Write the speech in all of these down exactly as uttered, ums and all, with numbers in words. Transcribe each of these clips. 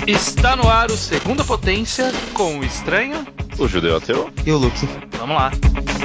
Está no ar o Segunda Potência com o Estranho, o Judeu Ateu e o Luke. Vamos lá.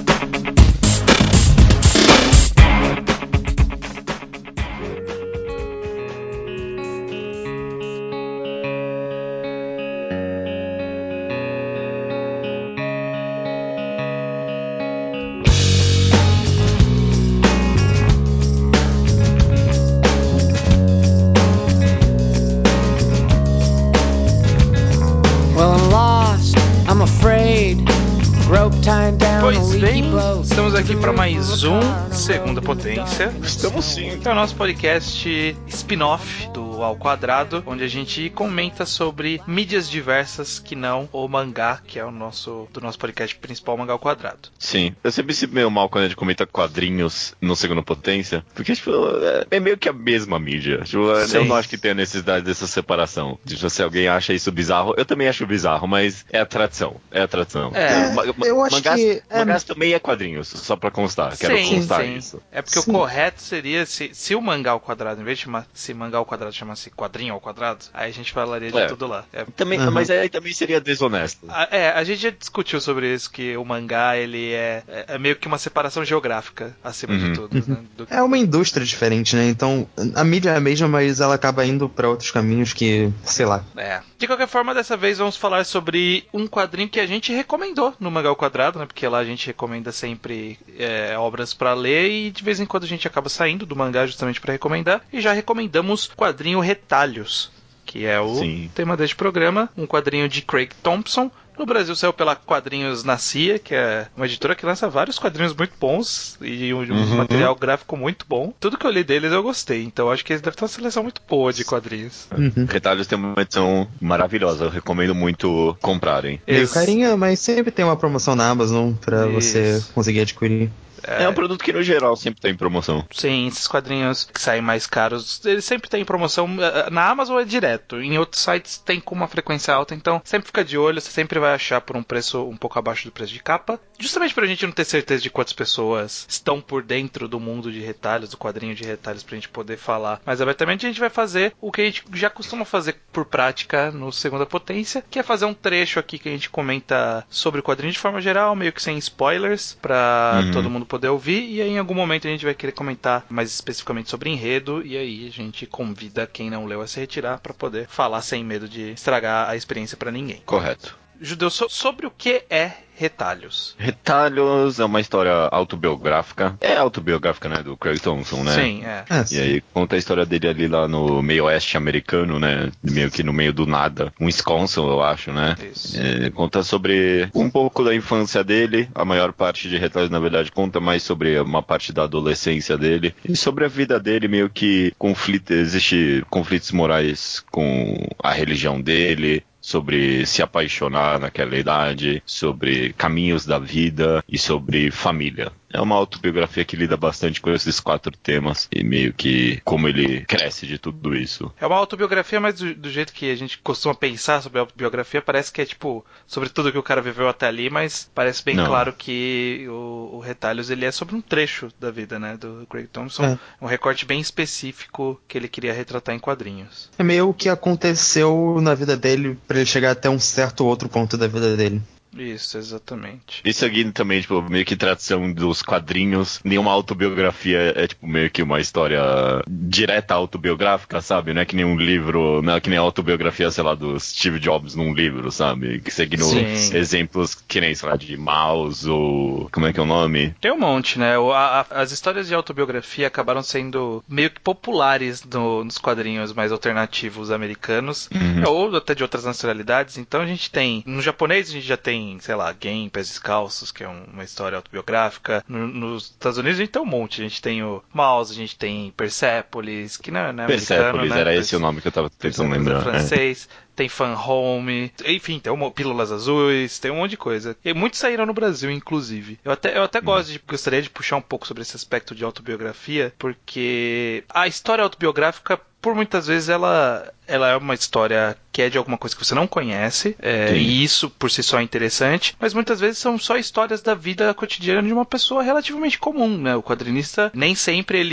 Pois bem, estamos aqui para mais um Segunda Potência. Estamos sim. É o nosso podcast spin-off do Ao Quadrado, onde a gente comenta sobre mídias diversas que não o mangá, que é o nosso do nosso podcast principal, Mangá ao Quadrado. Sim, eu sempre me sinto meio mal quando a gente comenta quadrinhos no Segunda Potência, porque tipo, é meio que a mesma mídia. Tipo, eu não acho que tenha necessidade dessa separação. Tipo, se alguém acha isso bizarro, eu também acho bizarro, mas é a tradição. É a tradição. É, Ma- eu acho mangás, que... Mangás é... também é quadrinhos, só pra constar. Quero sim, constar sim. isso. É porque sim. O correto seria, se, se o Mangá ao Quadrado, em vez de chamar, se Mangá ao Quadrado chamasse Quadrinho ao Quadrado, aí a gente falaria de é. tudo lá. É. Também, uhum. Mas aí também seria desonesto. A, é, a gente já discutiu sobre isso, que o mangá, ele é, é meio que uma separação geográfica, acima uhum. de tudo. Né? Do... É uma indústria diferente, né? Então, a mídia é a mesma, mas ela acaba indo pra outros caminhos que, sei lá. É. De qualquer forma, dessa vez vamos falar sobre um quadrinho que a gente recomendou no Mangá ao Quadrado, né? Porque lá a gente recomenda sempre é, obras pra ler e de vez em quando a gente acaba saindo do mangá justamente pra recomendar. E já recomendamos o quadrinho Retalhos, que é o Sim. tema deste programa, um quadrinho de Craig Thompson. No Brasil saiu pela Quadrinhos na C I A, que é uma editora que lança vários quadrinhos muito bons e um, um uhum. material gráfico muito bom. Tudo que eu li deles eu gostei, então acho que eles devem ter uma seleção muito boa de quadrinhos. Uhum. Retalhos tem uma edição maravilhosa, eu recomendo muito comprarem. Meio Ex- carinha, mas sempre tem uma promoção na Amazon pra Isso. você conseguir adquirir. É, é um produto que no geral sempre tem promoção. Sim, esses quadrinhos que saem mais caros, eles sempre têm promoção. Na Amazon é direto, em outros sites tem com uma frequência alta, então sempre fica de olho, você sempre vai achar por um preço um pouco abaixo do preço de capa. Justamente pra gente não ter certeza de quantas pessoas estão por dentro do mundo de retalhos, do quadrinho de retalhos, pra gente poder falar. Mas abertamente a gente vai fazer o que a gente já costuma fazer por prática no Segunda Potência, que é fazer um trecho aqui que a gente comenta sobre o quadrinho de forma geral, meio que sem spoilers, pra uhum. todo mundo poder ouvir, e aí em algum momento a gente vai querer comentar mais especificamente sobre enredo, e aí a gente convida quem não leu a se retirar pra poder falar sem medo de estragar a experiência pra ninguém. Correto. Judeu, so- sobre o que é Retalhos? Retalhos é uma história autobiográfica. É autobiográfica, né? Do Craig Thompson, né? Sim, é. é e aí conta a história dele ali lá no meio oeste americano, né? Meio que no meio do nada. Um Wisconsin, eu acho, né? Isso. É, conta sobre um pouco da infância dele. A maior parte de Retalhos, na verdade, conta mais sobre uma parte da adolescência dele. E sobre a vida dele, meio que conflito, existe conflitos morais com a religião dele, sobre se apaixonar naquela idade, sobre caminhos da vida e sobre família. É uma autobiografia que lida bastante com esses quatro temas e meio que como ele cresce de tudo isso. É uma autobiografia, mas do, do jeito que a gente costuma pensar sobre a autobiografia, parece que é tipo sobre tudo que o cara viveu até ali, mas parece bem Não. claro que o, o Retalhos ele é sobre um trecho da vida, né, do Craig Thompson, é. um recorte bem específico que ele queria retratar em quadrinhos. É meio o que aconteceu na vida dele pra ele chegar até um certo outro ponto da vida dele. Isso, exatamente. E seguindo também, tipo, meio que tradição dos quadrinhos, nenhuma autobiografia é, tipo, meio que uma história direta autobiográfica, sabe? Não é que nem um livro, não é que nem a autobiografia, sei lá, do Steve Jobs num livro, sabe? Que seguindo Sim. exemplos que nem, sei lá, de Mouse ou... como é que é o nome? Tem um monte, né? A, a, as histórias de autobiografia acabaram sendo meio que populares no, nos quadrinhos mais alternativos americanos, uhum. ou até de outras nacionalidades. Então a gente tem, no japonês a gente já tem sei lá, Gen, Pés Descalços, que é uma história autobiográfica. No, nos Estados Unidos a gente tem um monte. A gente tem o Mouse, a gente tem Persepolis, que não é, não é Persepolis, americano, né? era esse o nome que eu tava tentando lembrar. É francês. É. Tem Fan Home, enfim, tem um, Pílulas Azuis, tem um monte de coisa. E muitos saíram no Brasil, inclusive. Eu até, eu até hum. gosto de, gostaria de puxar um pouco sobre esse aspecto de autobiografia, porque a história autobiográfica, por muitas vezes, ela, ela é uma história que é de alguma coisa que você não conhece, é, e isso por si só é interessante, mas muitas vezes são só histórias da vida cotidiana de uma pessoa relativamente comum, né? O quadrinista nem sempre ele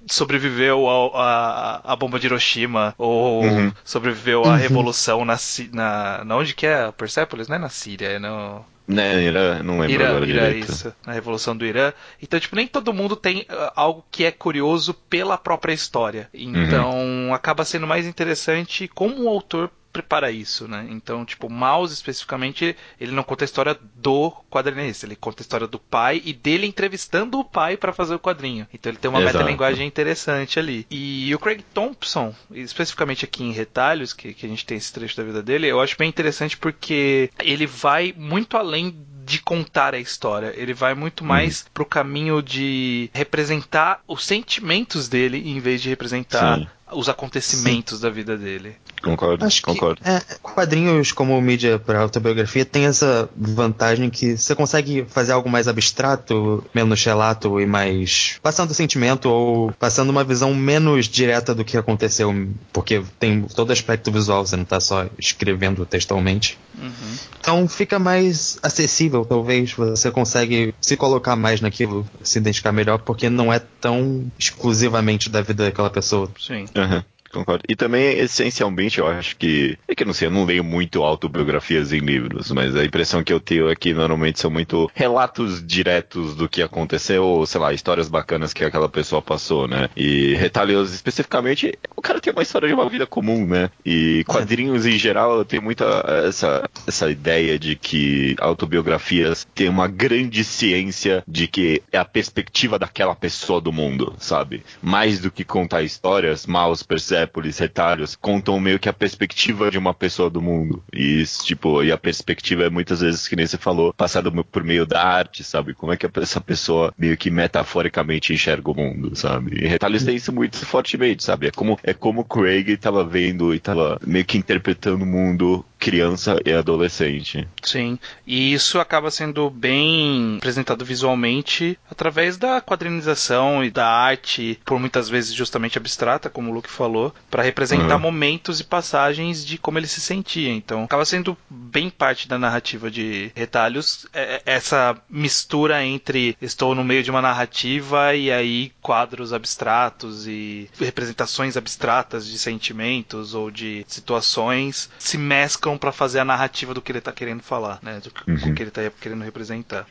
sobreviveu ao, a, a bomba de Hiroshima, ou Uhum. sobreviveu à revolução na, Ci- na, na onde que é? Persépolis? Não é na Síria, é no... Né, Irã, não lembro Irã, agora Irã, direito. isso, na Revolução do Irã. Então, tipo, nem todo mundo tem uh, algo que é curioso pela própria história. Então, uhum. acaba sendo mais interessante como o autor prepara isso, né? Então, tipo, Maus especificamente, ele não conta a história do quadrinista, ele conta a história do pai e dele entrevistando o pai para fazer o quadrinho. Então ele tem uma Exato. metalinguagem interessante ali. E o Craig Thompson, especificamente aqui em Retalhos, que, que a gente tem esse trecho da vida dele, eu acho bem interessante porque ele vai muito além de contar a história, ele vai muito mais uhum. pro caminho de representar os sentimentos dele em vez de representar Sim. os acontecimentos Sim. da vida dele. Concordo, Acho concordo. Que, é, quadrinhos como mídia para autobiografia tem essa vantagem que você consegue fazer algo mais abstrato, menos relato e mais passando sentimento ou passando uma visão menos direta do que aconteceu, porque tem todo aspecto visual, você não tá só escrevendo textualmente. Uhum. Então fica mais acessível, talvez, você consegue se colocar mais naquilo, se identificar melhor, porque não é tão exclusivamente da vida daquela pessoa. Sim. Uhum. Concordo. E também, essencialmente, eu acho que... É que eu não sei, eu não leio muito autobiografias em livros, mas a impressão que eu tenho é que normalmente são muito relatos diretos do que aconteceu, ou, sei lá, histórias bacanas que aquela pessoa passou, né? E Retalhos, especificamente, o cara tem uma história de uma vida comum, né? E quadrinhos, em geral, eu tenho muita essa, essa ideia de que autobiografias têm uma grande ciência de que é a perspectiva daquela pessoa do mundo, sabe? Mais do que contar histórias, Maus percebe Retalhos, contam meio que a perspectiva de uma pessoa do mundo. E isso, tipo, e a perspectiva é muitas vezes, que nem você falou, passada por meio da arte, sabe? Como é que essa pessoa meio que metaforicamente enxerga o mundo, sabe? E Retalhos tem isso muito fortemente, sabe? É como, é como Craig tava vendo e tava meio que interpretando o mundo criança e adolescente. Sim, e isso acaba sendo bem apresentado visualmente através da quadrinização e da arte, por muitas vezes justamente abstrata, como o Luke falou, para representar uhum. momentos e passagens de como ele se sentia. Então, acaba sendo bem parte da narrativa de Retalhos, é, essa mistura entre estou no meio de uma narrativa e aí quadros abstratos e representações abstratas de sentimentos ou de situações se mesclam para fazer a narrativa do que ele está querendo falar, né, do que, uhum. que ele está querendo representar.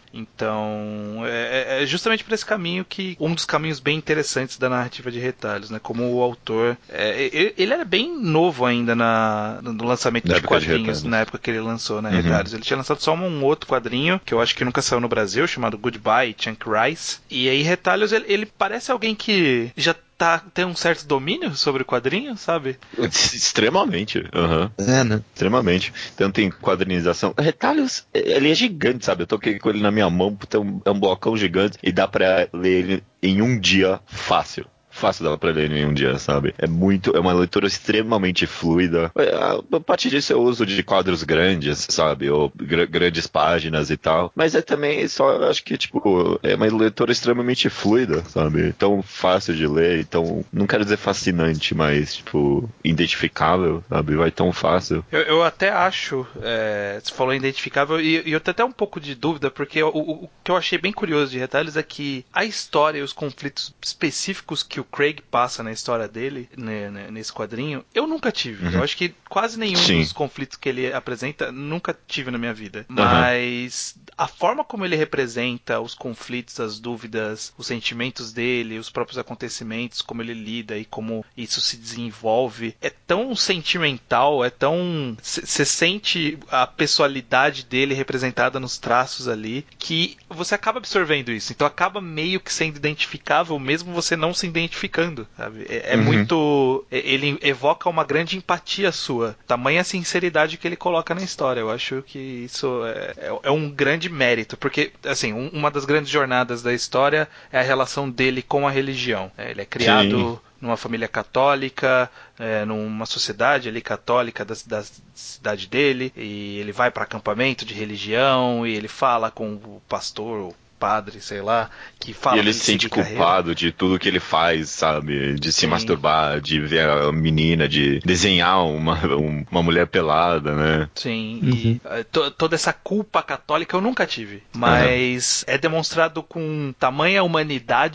Então, é, é justamente por esse caminho que um dos caminhos bem interessantes da narrativa de Retalhos, né, como o autor, é, ele, ele era bem novo ainda na, no lançamento na de quadrinhos, de na época que ele lançou, né, uhum. Retalhos. Ele tinha lançado só um outro quadrinho, que eu acho que nunca saiu no Brasil, chamado Goodbye, Chunk Rice. E aí Retalhos, ele, ele parece alguém que já Tá, tem um certo domínio sobre o quadrinho, sabe? Extremamente. Uhum. É, né? Extremamente. Tanto em quadrinização. Retalhos, ele é gigante, sabe? Eu toquei com ele na minha mão, porque é um, é um blocão gigante e dá pra ler ele em um dia fácil. Fácil dela pra ler em um dia, sabe? É muito, é uma leitura extremamente fluida. A partir disso eu uso de quadros grandes, sabe? Ou gr- grandes páginas e tal. Mas é também só, acho que, tipo, é uma leitura extremamente fluida, sabe? Tão fácil de ler, então, não quero dizer fascinante, mas, tipo, identificável, sabe? Vai tão fácil. Eu, eu até acho, é, você falou identificável, e, e eu tenho até um pouco de dúvida, porque o, o, o que eu achei bem curioso de Retalhos é que a história e os conflitos específicos que o Craig passa na história dele, né, né, nesse quadrinho, eu nunca tive. Uhum. Eu acho que quase nenhum Sim. dos conflitos que ele apresenta, nunca tive na minha vida. Uhum. Mas a forma como ele representa os conflitos, as dúvidas, os sentimentos dele, os próprios acontecimentos, como ele lida e como isso se desenvolve, é tão sentimental, é tão... Você sente a pessoalidade dele representada nos traços ali, que você acaba absorvendo isso. Então acaba meio que sendo identificável, mesmo você não se identificando, sabe? É, é uhum. muito... Ele evoca uma grande empatia sua. Tamanha sinceridade que ele coloca na história. Eu acho que isso é, é, é um grande mérito, porque, assim, um, uma das grandes jornadas da história é a relação dele com a religião. É, ele é criado... Sim. numa família católica, é, numa sociedade ali católica da, da cidade dele, e ele vai para acampamento de religião, e ele fala com o pastor, o padre, sei lá, que fala e ele se sente culpado carreira. De tudo que ele faz, sabe? De se Sim. masturbar, de ver a menina, de desenhar uma, uma mulher pelada, né? Sim, uhum. e to, toda essa culpa católica eu nunca tive, mas uhum. é demonstrado com tamanha humanidade que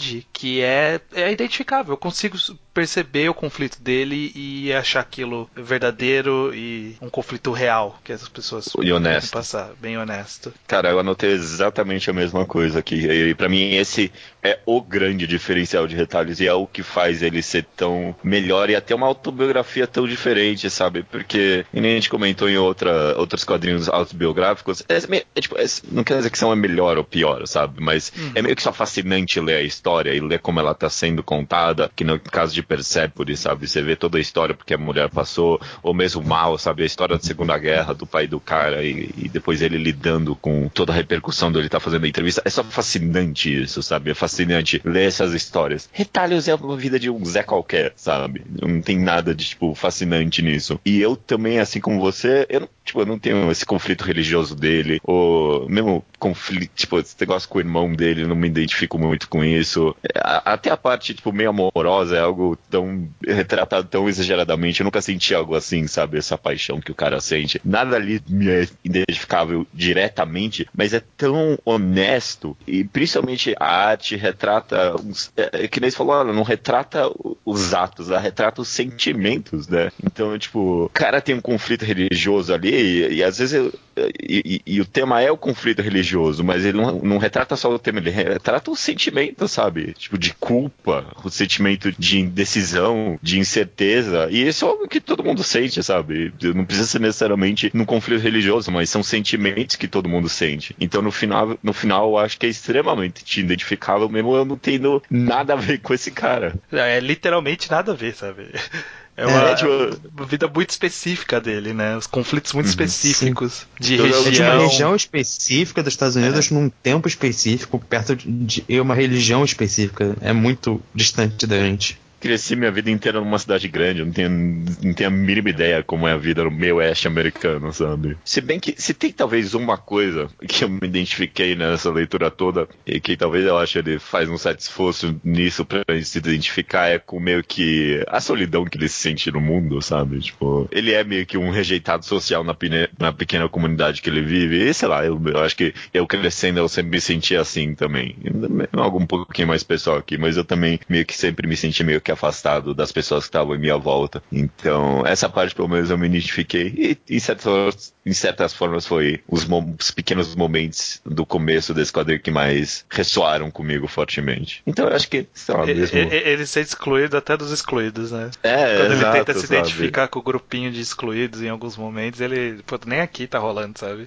que é, é identificável. Eu consigo perceber o conflito dele e achar aquilo verdadeiro e um conflito real que essas pessoas e honesto. passar, bem honesto. Cara, eu anotei exatamente a mesma coisa aqui. E pra mim esse é o grande diferencial de Retalhos e é o que faz ele ser tão melhor e até uma autobiografia tão diferente, sabe? Porque, e nem a gente comentou em outra, outros quadrinhos autobiográficos, é, é, tipo, é, não quer dizer que são é melhor ou pior, sabe? Mas uhum. é meio que só fascinante ler a história e ler como ela tá sendo contada, que no caso de Persepolis, sabe? Você vê toda a história porque a mulher passou, ou mesmo Mal, sabe? A história da Segunda Guerra, do pai do cara e, e depois ele lidando com toda a repercussão dele tá fazendo a entrevista. É só fascinante isso, sabe? É fascinante ler essas histórias. Retalhos é uma vida de um Zé qualquer, sabe? Não tem nada de, tipo, fascinante nisso. E eu também, assim como você, eu não, tipo, eu não tenho esse conflito religioso dele, ou mesmo conflito, tipo, esse negócio com o irmão dele, não me identifico muito com isso. Até a parte, tipo, meio amorosa é algo tão retratado tão exageradamente. Eu nunca senti algo assim, sabe? Essa paixão que o cara sente. Nada ali me é identificável diretamente, mas é tão honesto e principalmente a arte retrata uns, é, que nem você falou, não retrata os atos, ela retrata os sentimentos, né? Então, tipo, o cara tem um conflito religioso ali e, e às vezes eu, e, e, e o tema é o conflito religioso, mas ele não, não retrata só o tema, ele retrata o sentimento, sabe? Tipo, de culpa, o sentimento de indecisão, de incerteza, e isso é o que todo mundo sente, sabe? Não precisa ser necessariamente num conflito religioso, mas são sentimentos que todo mundo sente. Então, no final, no final eu acho que é extremamente identificável, mesmo eu não tendo nada a ver com esse cara. É literalmente nada a ver, sabe? É uma, é, tipo, uma vida muito específica dele, né? Os conflitos muito uhum, específicos sim. de então, região. É de uma região específica dos Estados Unidos, é. num tempo específico, perto de, de uma religião específica. É muito distante da gente. Cresci minha vida inteira numa cidade grande, eu não tenho, não tenho a mínima ideia como é a vida no meio oeste americano, sabe? Se bem que, se tem talvez uma coisa que eu me identifiquei nessa leitura toda, e que talvez eu ache ele faz um certo esforço nisso pra gente se identificar, é com meio que a solidão que ele se sente no mundo, sabe? Tipo, ele é meio que um rejeitado social na, pine, na pequena comunidade que ele vive, e sei lá, eu, eu acho que eu crescendo eu sempre me senti assim também. Algo um pouquinho mais pessoal aqui, mas eu também meio que sempre me senti meio que afastado das pessoas que estavam em minha volta. Então, essa parte pelo menos eu me identifiquei e em certas, em certas formas foi os, mo- os pequenos momentos do começo desse quadrinho que mais ressoaram comigo fortemente. Então eu acho que, sei lá, mesmo... Ele, ele ser excluído até dos excluídos, né? É, Quando exato, ele tenta se sabe? identificar com o grupinho de excluídos em alguns momentos, ele, pô, nem aqui tá rolando, sabe?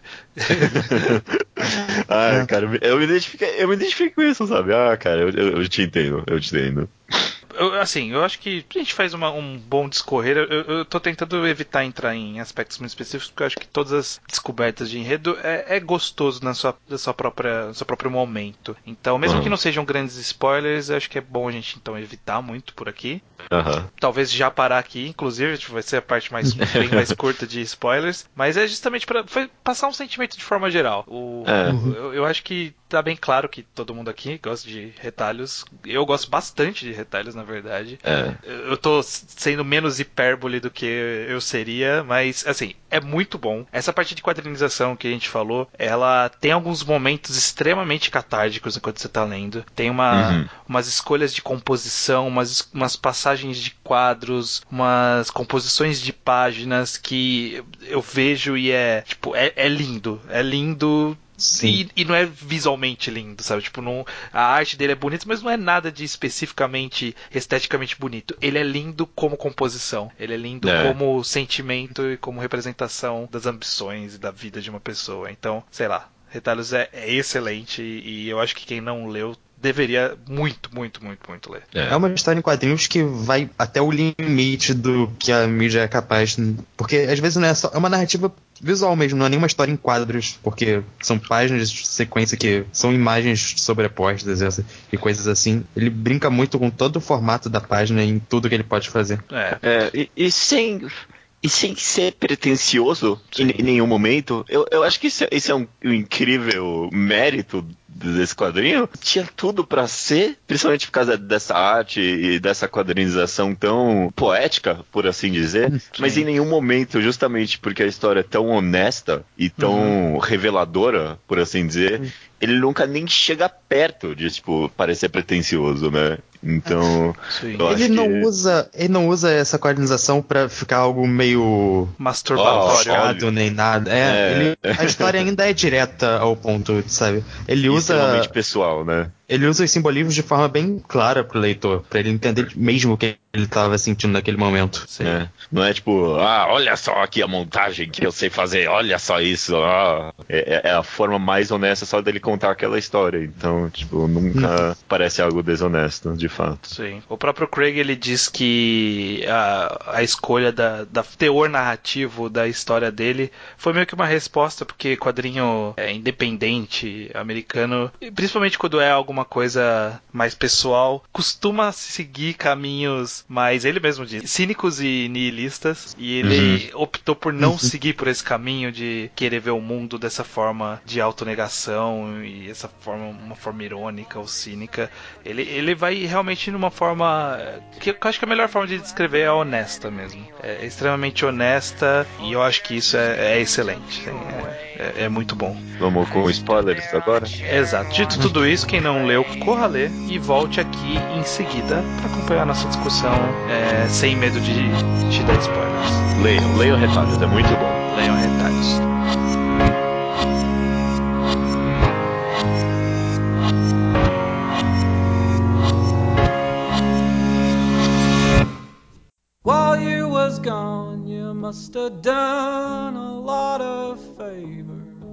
Ah, é. cara, eu me identifico, eu me identifico com isso, sabe? Ah, cara, eu, eu, eu te entendo, eu te entendo. Eu, assim, eu acho que a gente faz uma, um bom discorrer. Eu, eu tô tentando evitar entrar em aspectos muito específicos, porque eu acho que todas as descobertas de enredo é, é gostoso na sua, na sua própria, no seu próprio momento. Então, mesmo uhum. que não sejam grandes spoilers, eu acho que é bom a gente então evitar muito por aqui. Uhum. Talvez já parar aqui, inclusive, vai ser a parte mais, bem mais curta de spoilers, mas é justamente para passar um sentimento de forma geral. O, é. o, eu, eu acho que tá bem claro que todo mundo aqui gosta de retalhos. Eu gosto bastante de retalhos, na verdade. É. Eu tô sendo menos hipérbole do que eu seria, mas, assim, é muito bom. Essa parte de quadrinização que a gente falou, ela tem alguns momentos extremamente catárticos enquanto você tá lendo. Tem uma, uhum. umas escolhas de composição, umas, umas passagens de quadros, umas composições de páginas que eu vejo e é, tipo, é, é lindo. É lindo... E, e não é visualmente lindo, sabe? Tipo, não, a arte dele é bonita, mas não é nada de especificamente esteticamente bonito. Ele é lindo como composição. Ele é lindo é. como sentimento e como representação das ambições e da vida de uma pessoa. Então, sei lá, Retalhos é, é excelente e, e eu acho que quem não leu deveria muito, muito, muito, muito ler. É. é uma história em quadrinhos que vai até o limite do que a mídia é capaz. Porque às vezes não é só. É uma narrativa visual mesmo, não é nenhuma história em quadros, porque são páginas de sequência que são imagens sobrepostas e coisas assim. Ele brinca muito com todo o formato da página e em tudo que ele pode fazer. É, é e, e sem. E sem ser pretencioso em, em nenhum momento, eu, eu acho que isso, isso é um, um incrível mérito desse quadrinho tinha tudo pra ser, principalmente por causa dessa arte e dessa quadrinização tão poética, por assim dizer, Sim. mas em nenhum momento, justamente porque a história é tão honesta e tão uhum. reveladora, por assim dizer, uhum. ele nunca nem chega perto de, tipo, parecer pretencioso, né? Então, eu ele acho não que... usa, ele não usa essa quadrinização pra ficar algo meio masturbatório, oh, nem nada. É, é. Ele, a história ainda é direta ao ponto, sabe? Ele usa extremamente pessoal, né? Ele usa os simbolismos de forma bem clara pro leitor, pra ele entender mesmo o que ele tava sentindo naquele momento. É. Não é tipo, ah, olha só aqui a montagem que eu sei fazer, olha só isso. Ah. É, é a forma mais honesta só dele contar aquela história. Então, tipo, nunca hum. parece algo desonesto, de fato. Sim. O próprio Craig, ele diz que a, a escolha da, da teor narrativo da história dele foi meio que uma resposta, porque quadrinho é, independente, americano, principalmente quando é algo uma coisa mais pessoal, costuma seguir caminhos mais, ele mesmo diz, cínicos e nihilistas, e ele uhum. optou por não uhum. seguir por esse caminho de querer ver o mundo dessa forma de autonegação e essa forma, uma forma irônica ou cínica. Ele, ele vai realmente numa forma que eu acho que a melhor forma de descrever é a honesta mesmo. É extremamente honesta e eu acho que isso é, é excelente. É, é, é muito bom. Vamos com spoilers agora? Exato. Dito tudo isso, quem não leu, corra ler e volte aqui em seguida para acompanhar a nossa discussão é, sem medo de te dar spoilers. Leiam, leiam retalhos, é muito bom. Leiam retalhos. While you was gone, you must have done a lot of favors.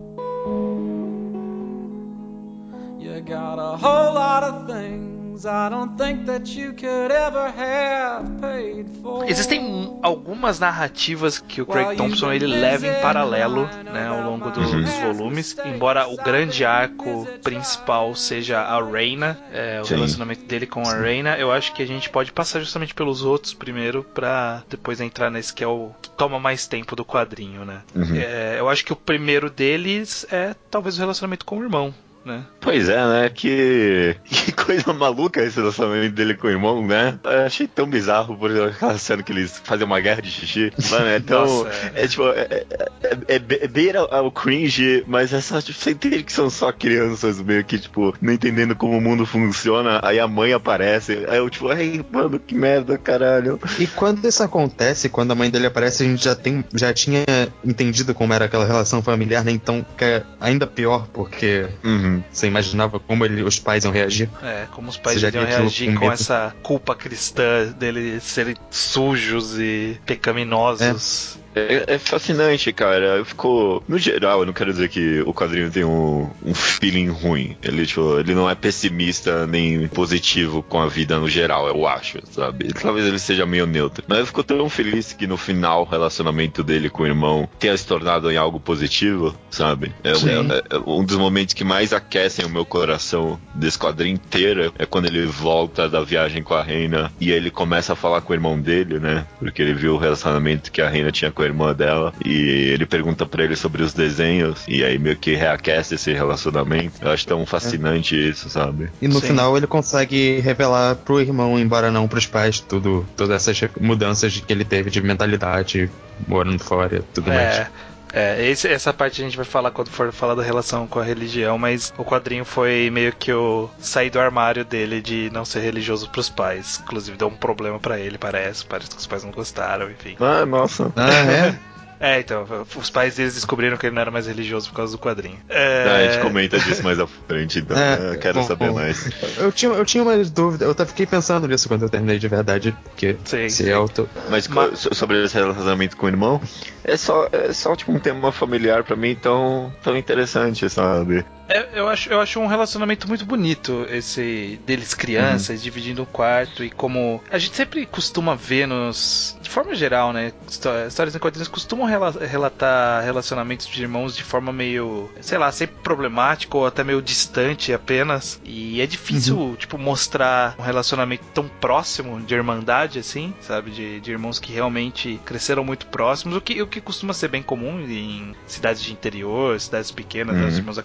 You got a whole lot of things I don't think that you could ever have paid for. Existem algumas narrativas que o Craig Thompson ele leva em paralelo, né, ao longo do, uhum. dos volumes, embora o grande arco principal seja a Raina, é, o Sim. relacionamento dele com a Raina. Eu acho que a gente pode passar justamente pelos outros primeiro pra depois entrar nesse que é o que toma mais tempo do quadrinho, né? Uhum. É, eu acho que o primeiro deles é talvez o relacionamento com o irmão. Né? Pois é, né? Que... que coisa maluca esse relacionamento dele com o irmão, né? Eu achei tão bizarro por aquela cena que eles fazem uma guerra de xixi. Mano, é tão. Nossa, é... é tipo. É, é, é, é beira ao cringe, mas é só. Tipo, você entende que são só crianças meio que, tipo, não entendendo como o mundo funciona. Aí a mãe aparece. Aí eu, tipo, ai, mano, que merda, caralho. E quando isso acontece, quando a mãe dele aparece, a gente já, tem, já tinha entendido como era aquela relação familiar, né? Então, que é ainda pior, porque. Uhum. Você imaginava como ele, os pais iam reagir? É, como os pais iam reagir com, com essa culpa cristã deles serem sujos e pecaminosos. É. É, é fascinante, cara. Eu fico... No geral, eu não quero dizer que o quadrinho tem um, um feeling ruim. Ele, tipo, ele não é pessimista nem positivo com a vida no geral, eu acho, sabe? Talvez ele seja meio neutro. Mas eu fico tão feliz que no final o relacionamento dele com o irmão tenha se tornado em algo positivo, sabe? É, é, é um dos momentos que mais aquecem o meu coração desse quadrinho inteiro é quando ele volta da viagem com a Reina e ele começa a falar com o irmão dele, né? Porque ele viu o relacionamento que a Reina tinha com a irmã dela e ele pergunta pra ele sobre os desenhos e aí meio que reaquece esse relacionamento. Eu acho tão fascinante é. isso, sabe? E no Sim. final ele consegue revelar pro irmão, embora não pros pais, tudo, todas essas mudanças que ele teve de mentalidade, morando fora e tudo é. mais. É, esse, essa parte a gente vai falar quando for falar da relação com a religião, mas o quadrinho foi meio que o sair do armário dele de não ser religioso pros pais. Inclusive deu um problema pra ele, parece. Parece que os pais não gostaram, enfim. Ah, nossa. Ah, é? É, então, os pais deles descobriram que ele não era mais religioso por causa do quadrinho. É... Ah, a gente comenta disso mais à frente, então é, eu quero bom, saber bom. mais. Eu tinha, eu tinha uma dúvida, eu fiquei pensando nisso quando eu terminei de verdade, porque sim, se sim. é auto... Mas, Mas sobre esse relacionamento com o irmão, é só, é só tipo um tema familiar pra mim tão, tão interessante, sabe? É, eu, acho, eu acho um relacionamento muito bonito, esse deles crianças, uhum. dividindo o quarto, e como a gente sempre costuma ver nos... De forma geral, né? Histórias em quadrinhos costumam relatar relacionamentos de irmãos de forma meio, sei lá, sempre problemática ou até meio distante apenas. E é difícil, uhum. tipo, mostrar um relacionamento tão próximo de irmandade, assim, sabe? De, de irmãos que realmente cresceram muito próximos, o que, o que costuma ser bem comum em cidades de interior, cidades pequenas, uhum. né? Os irmãos acabam ficando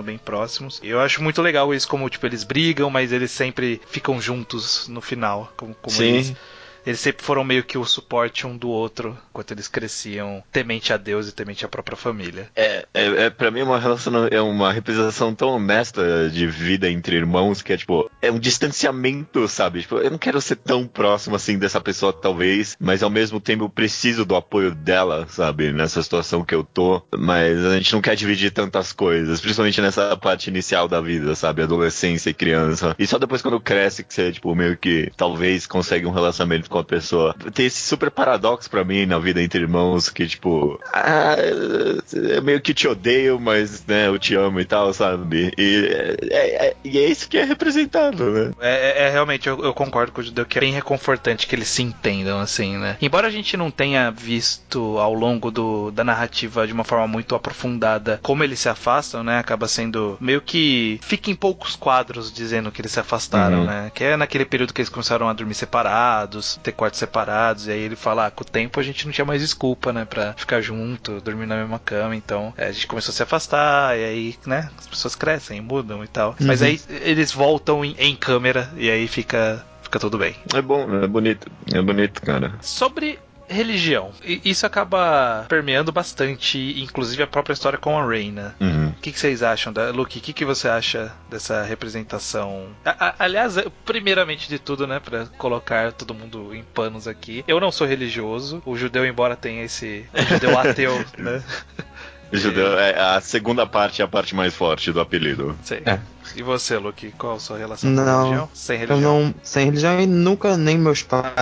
bem próximos. E eu acho muito legal isso, como, tipo, eles brigam, mas eles sempre ficam juntos no final. Como, como Sim. eles... Eles sempre foram meio que o suporte um do outro enquanto eles cresciam, temente a Deus e temente a própria família. É, é, é pra mim uma relação, é uma representação tão honesta de vida entre irmãos que é tipo, é um distanciamento, sabe? Tipo, eu não quero ser tão próximo assim dessa pessoa, talvez, mas ao mesmo tempo eu preciso do apoio dela, sabe? Nessa situação que eu tô, mas a gente não quer dividir tantas coisas, principalmente nessa parte inicial da vida, sabe? Adolescência e criança. E só depois quando cresce que você, tipo, meio que talvez consegue um relacionamento com a pessoa. Tem esse super paradoxo pra mim na vida entre irmãos que, tipo, ah, eu meio que te odeio, mas, né, eu te amo e tal, sabe? E é, é, e é isso que é representado, né? É, é, é realmente, eu, eu concordo com o Judeu que é bem reconfortante que eles se entendam, assim, né? Embora a gente não tenha visto ao longo do, da narrativa de uma forma muito aprofundada como eles se afastam, né? Acaba sendo meio que fica em poucos quadros dizendo que eles se afastaram, Uhum. né? Que é naquele período que eles começaram a dormir separados, ter quartos separados, e aí ele fala, ah, com o tempo a gente não tinha mais desculpa, né, pra ficar junto, dormir na mesma cama, então é, a gente começou a se afastar, e aí, né, as pessoas crescem, mudam e tal. Uhum. Mas aí eles voltam em, em câmera, e aí fica, fica tudo bem. É bom, é bonito, é bonito, cara. Sobre religião, e isso acaba permeando bastante, inclusive a própria história com a Reina. Uhum. O que, que vocês acham, da Luke? O que, que você acha dessa representação? A, a, aliás, primeiramente de tudo, né, pra colocar todo mundo em panos aqui, eu não sou religioso. O Judeu, embora tenha esse o Judeu ateu, né? O Judeu, é, a segunda parte é a parte mais forte do apelido. Sei. É. E você, Luke? Qual a sua relação com a Não, religião? Sem eu religião? não. Sem religião e nunca nem meus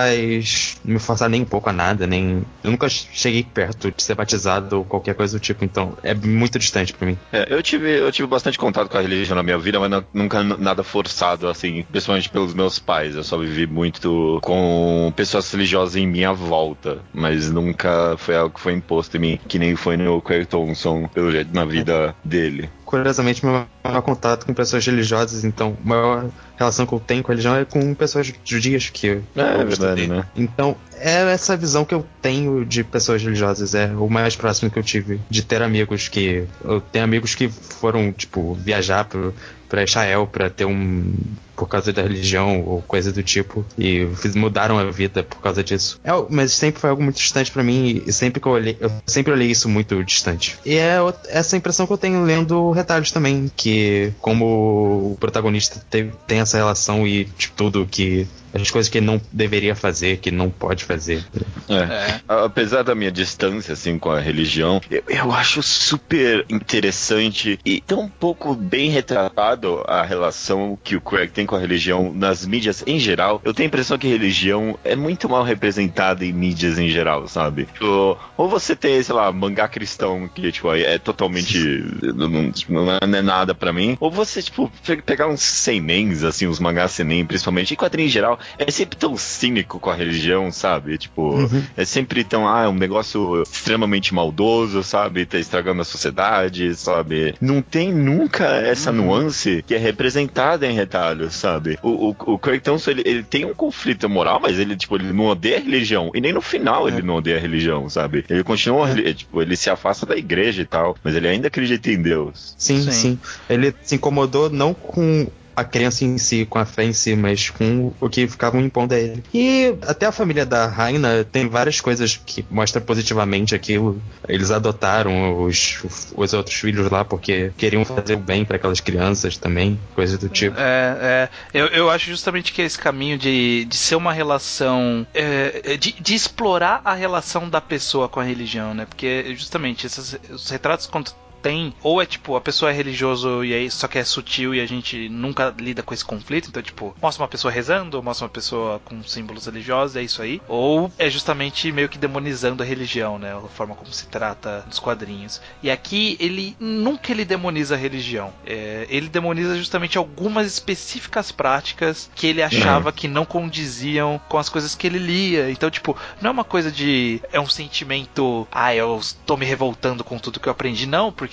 pais me forçaram nem um pouco a nada, nem. Eu nunca cheguei perto de ser batizado ou qualquer coisa do tipo, então é muito distante pra mim. É, eu tive, eu tive bastante contato com a religião na minha vida, mas não- nunca n- nada forçado, assim, principalmente pelos meus pais. Eu só vivi muito com pessoas religiosas em minha volta, mas nunca foi algo que foi imposto em mim, que nem foi no Craig Thompson, pelo jeito, na vida dele. Curiosamente, meu maior contato com pessoas religiosas, então, a maior relação que eu tenho com a religião é com pessoas judias que eu É, é verdade, estudei. né? Então, é essa visão que eu tenho de pessoas religiosas, é o mais próximo que eu tive de ter amigos que... Eu tenho amigos que foram, tipo, viajar pro, pra Israel pra ter um... por causa da religião ou coisa do tipo, e fiz, mudaram a vida por causa disso. É, mas sempre foi algo muito distante pra mim, e sempre que eu olhei, eu sempre olhei isso muito distante. E é o- essa impressão que eu tenho lendo Retalhos também, que como o protagonista teve, tem essa relação e de tudo que... as coisas que ele não deveria fazer, que não pode fazer. É. É. A- Apesar da minha distância, assim, com a religião, eu, eu acho super interessante e tão pouco bem retratado a relação que o Craig tem com a religião nas mídias em geral. Eu tenho a impressão que a religião é muito mal representada em mídias em geral, sabe? Tipo, ou você tem, sei lá, mangá cristão, que, tipo, é totalmente... não, não- tipo, não é nada pra mim. Ou você, tipo, pe- pegar uns seinens, assim, uns mangás seinen, principalmente, e quadrinho em geral, é sempre tão cínico com a religião, sabe? Tipo, é sempre tão, ah, é um negócio extremamente maldoso, sabe? Tá estragando a sociedade, sabe? Não tem nunca essa nuance que é representada em retalhos, sabe? O, o, o Craig Thompson, ele, ele tem um conflito moral, mas ele, tipo, ele não odeia a religião. E nem no final ele não odeia a religião, sabe? Ele continua, ele, tipo, ele se afasta da igreja e tal, mas ele ainda acredita em Deus. Sim, Sim. sim. Ele se incomodou não com a crença em si, com a fé em si, mas com o que ficavam impondo a ele. E até a família da Raina tem várias coisas que mostram positivamente aquilo. Eles adotaram os, os outros filhos lá porque queriam fazer o bem para aquelas crianças também, coisas do tipo. É, é, eu, eu acho justamente que esse caminho de, de ser uma relação, é, de, de explorar a relação da pessoa com a religião, né? Porque justamente esses, os retratos quando tem, ou é tipo, a pessoa é religioso e aí só que é sutil e a gente nunca lida com esse conflito, então tipo, mostra uma pessoa rezando, mostra uma pessoa com símbolos religiosos, é isso aí, ou é justamente meio que demonizando a religião, né, a forma como se trata nos quadrinhos. E aqui ele nunca ele demoniza a religião, é, ele demoniza justamente algumas específicas práticas que ele achava que não condiziam com as coisas que ele lia, então tipo, não é uma coisa de, é um sentimento, ah, eu estou me revoltando com tudo que eu aprendi, não, porque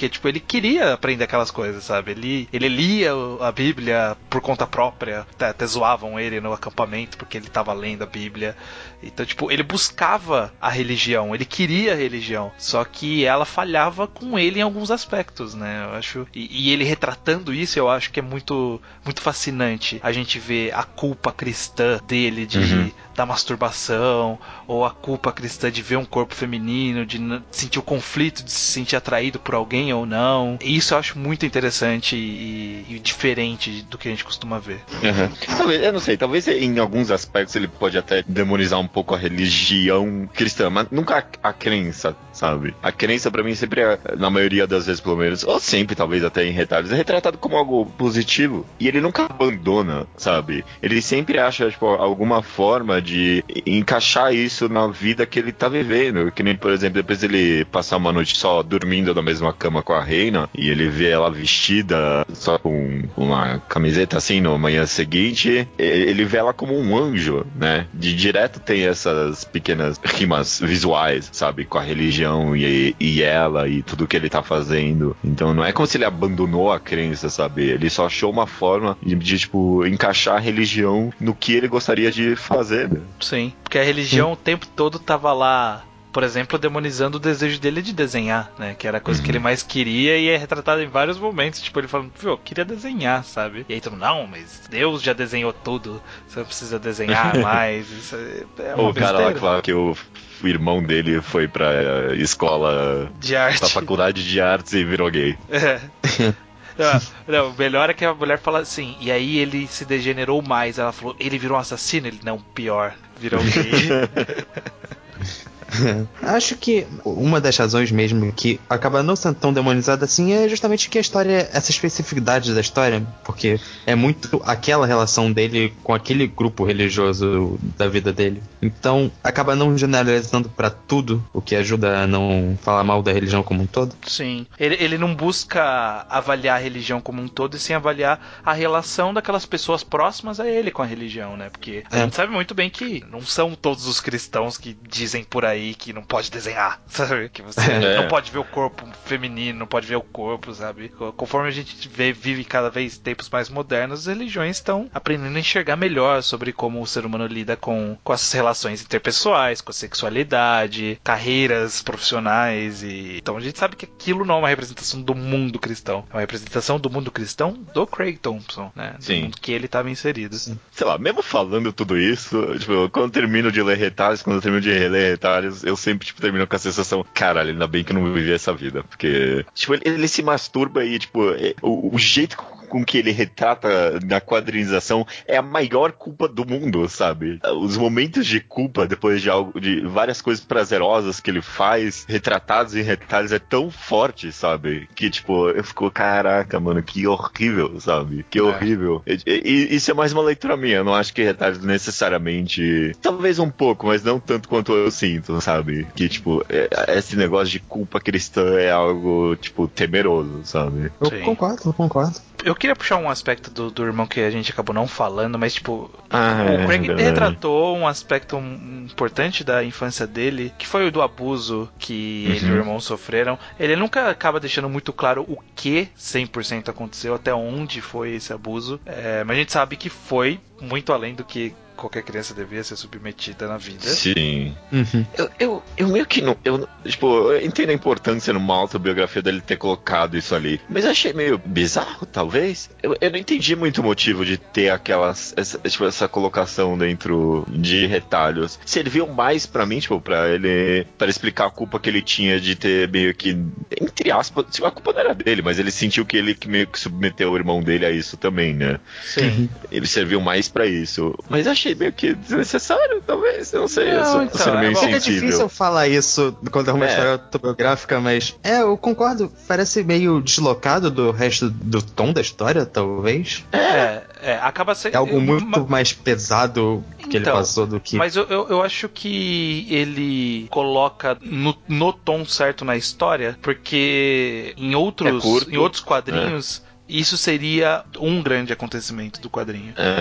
porque, tipo, ele queria aprender aquelas coisas, sabe? Ele, ele lia a Bíblia por conta própria, até, até zoavam ele no acampamento porque ele tava lendo a Bíblia. Então, tipo, ele buscava a religião, ele queria a religião, só que ela falhava com ele em alguns aspectos, né? Eu acho, e, e ele retratando isso, eu acho que é muito, muito fascinante. A gente vê a culpa cristã dele de uhum. da masturbação, ou a culpa cristã de ver um corpo feminino, de sentir o conflito de se sentir atraído por alguém ou não. E isso eu acho muito interessante e, e diferente do que a gente costuma ver. Uhum. Talvez, eu não sei, talvez em alguns aspectos ele pode até demonizar um pouco a religião cristã, mas nunca a, a crença, sabe? A crença pra mim sempre é, na maioria das vezes pelo menos, ou sempre talvez até em retalhos, é retratado como algo positivo. E ele nunca abandona, sabe? Ele sempre acha, tipo, alguma forma de encaixar isso na vida que ele tá vivendo. Que nem, por exemplo, depois ele passar uma noite só dormindo na mesma cama com a reina, e ele vê ela vestida só com uma camiseta assim no manhã seguinte, ele vê ela como um anjo, né? De direto tem essas pequenas rimas visuais, sabe? Com a religião e, e ela e tudo que ele tá fazendo. Então não é como se ele abandonou a crença, sabe? Ele só achou uma forma de, de tipo, encaixar a religião no que ele gostaria de fazer, né? Sim, porque a religião Sim. o tempo todo tava lá, por exemplo, demonizando o desejo dele de desenhar, né? Que era a coisa uhum. que ele mais queria e é retratado em vários momentos. Tipo, ele falando, viu, eu queria desenhar, sabe? E aí todo mundo, não, mas Deus já desenhou tudo, você não precisa desenhar mais. Isso é uma o cara besteira. lá, claro, que o, o irmão dele foi pra escola de arte, pra faculdade de artes e virou gay. É. Não, não, o melhor é que a mulher fala assim, e aí ele se degenerou mais. Ela falou, ele virou um assassino? Ele, não, pior, virou gay. Acho que uma das razões mesmo que acaba não sendo tão demonizada assim é justamente que a história, essa especificidade da história, porque é muito aquela relação dele com aquele grupo religioso da vida dele. Então acaba não generalizando pra tudo, o que ajuda a não falar mal da religião como um todo. Sim, ele, ele não busca avaliar a religião como um todo, e sim avaliar a relação daquelas pessoas próximas a ele com a religião, né? Porque a é. gente sabe muito bem que não são todos os cristãos que dizem por aí que não pode desenhar, sabe? Que você é. não pode ver o corpo feminino, não pode ver o corpo, sabe? Conforme a gente vê, vive cada vez tempos mais modernos, as religiões estão aprendendo a enxergar melhor sobre como o ser humano lida com, com as relações interpessoais, com a sexualidade, carreiras profissionais. E então a gente sabe que aquilo não é uma representação do mundo cristão, é uma representação do mundo cristão do Craig Thompson, né? Do Sim. mundo que ele estava inserido. Sim. Sei lá, mesmo falando tudo isso, tipo, quando eu termino de ler retalhos, quando eu termino de reler retalhos, eu sempre, tipo, termino com a sensação, caralho, ainda bem que eu não vivi essa vida, porque, tipo, ele, ele se masturba e, tipo, é, o, o jeito com que ele retrata na quadrinização é a maior culpa do mundo, sabe? Os momentos de culpa, depois de algo, de várias coisas prazerosas que ele faz, retratados em retalhos, é tão forte, sabe? Que, tipo, eu fico, caraca, mano, que horrível, sabe? Que horrível. É. E, e, isso é mais uma leitura minha, eu não acho que retalhos necessariamente, talvez um pouco, mas não tanto quanto eu sinto, sabe? Que, tipo, é, esse negócio de culpa cristã é algo, tipo, temeroso, sabe? Eu Sim. concordo, eu concordo. Eu queria puxar um aspecto do, do irmão que a gente acabou não falando, mas, tipo, ah, o Craig é retratou um aspecto importante da infância dele, que foi o do abuso que uhum. ele e o irmão sofreram. Ele nunca acaba deixando muito claro o que cem por cento aconteceu, até onde foi esse abuso, é, mas a gente sabe que foi muito além do que qualquer criança devia ser submetida na vida. Sim. Uhum. Eu, eu, eu meio que não... Eu, tipo, eu entendo a importância numa autobiografia dele ter colocado isso ali, mas eu achei meio bizarro, talvez. Eu, eu não entendi muito o motivo de ter aquelas... Essa, tipo, essa colocação dentro de retalhos. Serviu mais pra mim, tipo, pra ele... Pra explicar a culpa que ele tinha de ter meio que... Entre aspas... Tipo, a culpa não era dele, mas ele sentiu que ele meio que submeteu o irmão dele a isso também, né? Sim. Ele serviu mais pra isso. Mas eu achei meio que desnecessário, talvez, eu não sei, não, eu sou, então, sendo meio é, é difícil falar isso quando é uma é. história autobiográfica, mas é, eu concordo, parece meio deslocado do resto do tom da história, talvez. É, é acaba sendo... É algo muito ma... mais pesado que então, ele passou do que... Mas eu, eu, eu acho que ele coloca no, no tom certo na história, porque em outros, é curto, em outros quadrinhos... É. Isso seria um grande acontecimento do quadrinho. É.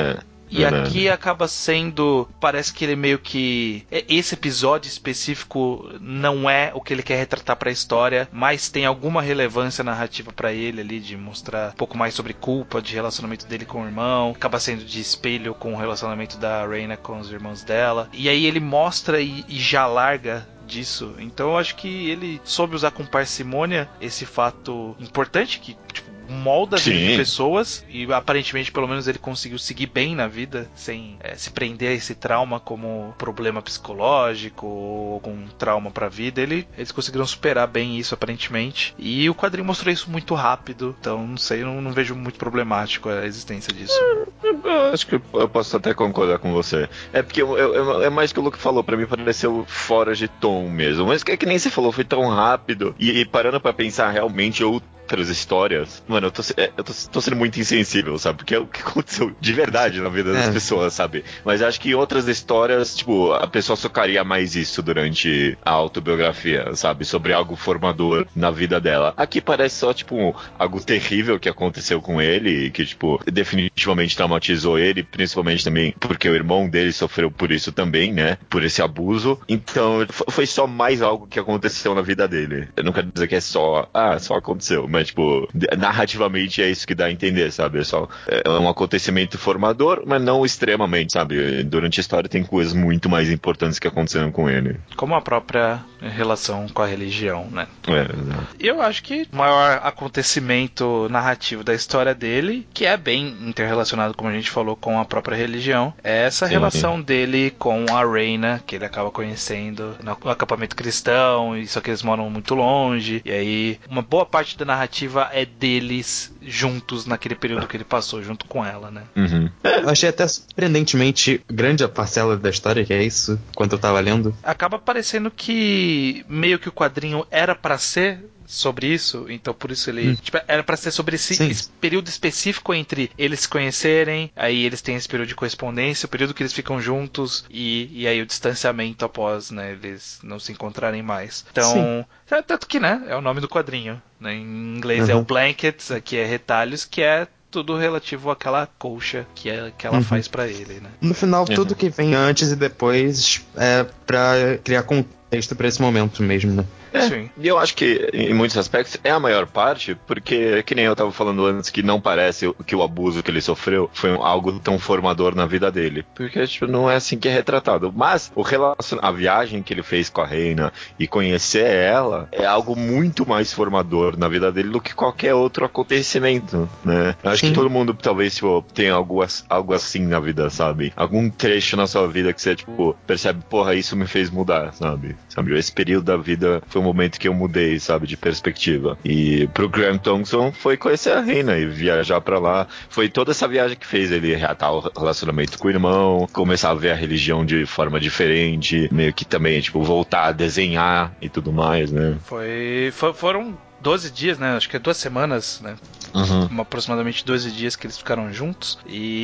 E aqui acaba sendo... Parece que ele meio que... Esse episódio específico não é o que ele quer retratar pra história, mas tem alguma relevância narrativa pra ele ali, de mostrar um pouco mais sobre culpa, de relacionamento dele com o irmão. Acaba sendo de espelho com o relacionamento da Rhaena com os irmãos dela. E aí ele mostra e, e já larga disso. Então eu acho que ele soube usar com parcimônia esse fato importante que, tipo, molda a vida de pessoas, e aparentemente pelo menos ele conseguiu seguir bem na vida sem é, se prender a esse trauma como problema psicológico ou algum trauma pra vida. Ele, eles conseguiram superar bem isso aparentemente, e o quadrinho mostrou isso muito rápido, então não sei, não, não vejo muito problemático a existência disso. Eu acho que eu posso até concordar com você. É porque eu, eu, é mais que o Luke falou, pra mim pareceu fora de tom mesmo, mas que, que nem você falou, foi tão rápido, e, e parando pra pensar realmente outras histórias, mano, eu tô, eu tô, tô sendo muito insensível, sabe? Porque é o que aconteceu de verdade na vida das é. pessoas, sabe? Mas acho que em outras histórias, tipo, a pessoa socaria mais isso durante a autobiografia, sabe? Sobre algo formador na vida dela. Aqui parece só, tipo, algo terrível que aconteceu com ele, que, tipo, definitivamente traumatizou ele, principalmente também porque o irmão dele sofreu por isso também, né? Por esse abuso. Então, foi só mais algo que aconteceu na vida dele. Eu não quero dizer que é só, ah, só aconteceu, mas, tipo, narrativamente é isso que dá a entender, sabe? É só é um acontecimento formador, mas não extremamente, sabe? Durante a história tem coisas muito mais importantes que aconteceram com ele. Como a própria relação com a religião, né? É, e eu acho que o maior acontecimento narrativo da história dele, que é bem interrelacionado, como a gente falou, com a própria religião, é essa sim, relação sim. dele com a Rhaena, que ele acaba conhecendo no acampamento cristão, e só que eles moram muito longe, e aí uma boa parte da narrativa é deles juntos naquele período que ele passou junto com ela, né? Uhum. Eu achei até surpreendentemente grande a parcela da história, que é isso, quando eu tava lendo. Acaba parecendo que meio que o quadrinho era pra ser sobre isso, então por isso ele... Hum. Tipo, era pra ser sobre esse, esse período específico entre eles se conhecerem, aí eles têm esse período de correspondência, o período que eles ficam juntos, e, e aí o distanciamento após, né, eles não se encontrarem mais. Então, é, tanto que, né, é o nome do quadrinho, né, em inglês uhum. é o Blankets, aqui é Retalhos, que é tudo relativo àquela colcha que, é, que ela uhum. faz pra ele, né. No final, uhum. tudo que vem antes e depois é pra criar contexto pra esse momento mesmo, né. É, Sim. E eu acho que, em muitos aspectos, é a maior parte, porque, que nem eu tava falando antes, que não parece que o abuso que ele sofreu foi algo tão formador na vida dele. Porque, tipo, não é assim que é retratado. Mas, o relacion... a viagem que ele fez com a Rhaena e conhecer ela é algo muito mais formador na vida dele do que qualquer outro acontecimento, né? Eu acho Sim. que todo mundo, talvez, tipo, tem algo, algo assim na vida, sabe? Algum trecho na sua vida que você, tipo, percebe, porra, isso me fez mudar, sabe? Sabe? Esse período da vida foi um momento que eu mudei, sabe, de perspectiva. E pro Graham Thompson foi conhecer a Rhaena e viajar pra lá. Foi toda essa viagem que fez ele reatar o relacionamento com o irmão, começar a ver a religião de forma diferente, meio que também, tipo, voltar a desenhar e tudo mais, né? Foi, for, foram doze dias, né? Acho que é duas semanas, né? Uhum. Aproximadamente doze dias que eles ficaram juntos,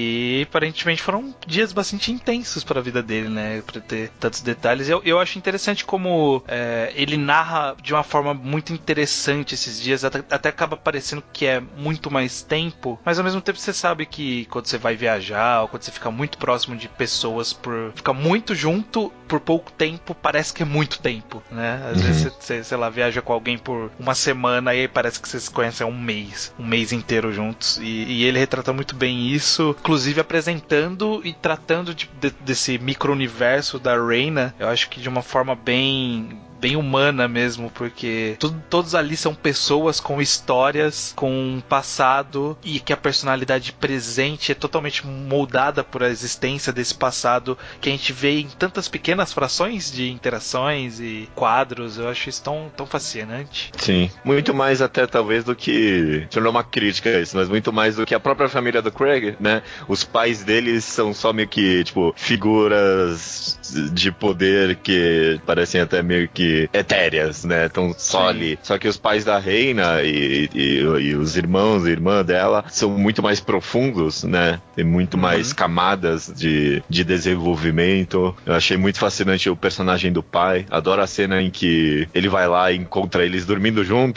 e aparentemente foram dias bastante intensos para a vida dele, né, para ter tantos detalhes. Eu, eu acho interessante como é, ele narra de uma forma muito interessante esses dias, até, até acaba parecendo que é muito mais tempo, mas ao mesmo tempo você sabe que quando você vai viajar ou quando você fica muito próximo de pessoas, por ficar muito junto por pouco tempo, parece que é muito tempo, né? Às uhum. vezes você, você, sei lá, viaja com alguém por uma semana e aí parece que vocês se conhecem há um mês, um mês inteiro juntos, e, e ele retrata muito bem isso, inclusive apresentando e tratando de, de, desse micro-universo da Rhaena, eu acho que de uma forma bem bem humana mesmo, porque tudo, todos ali são pessoas com histórias, com um passado, e que a personalidade presente é totalmente moldada por a existência desse passado que a gente vê em tantas pequenas frações de interações e quadros. Eu acho isso tão, tão fascinante. Sim, muito mais até talvez do que, isso não é uma crítica a isso, mas muito mais do que a própria família do Craig, né? Os pais deles são só meio que, tipo, figuras de poder que parecem até meio que etéreas, né? Estão só Sim. ali. Só que os pais da Rhaena e, e, e os irmãos e irmã dela são muito mais profundos, né? Tem muito uhum. mais camadas de, de desenvolvimento. Eu achei muito fascinante o personagem do pai. Adoro a cena em que ele vai lá e encontra eles dormindo junto.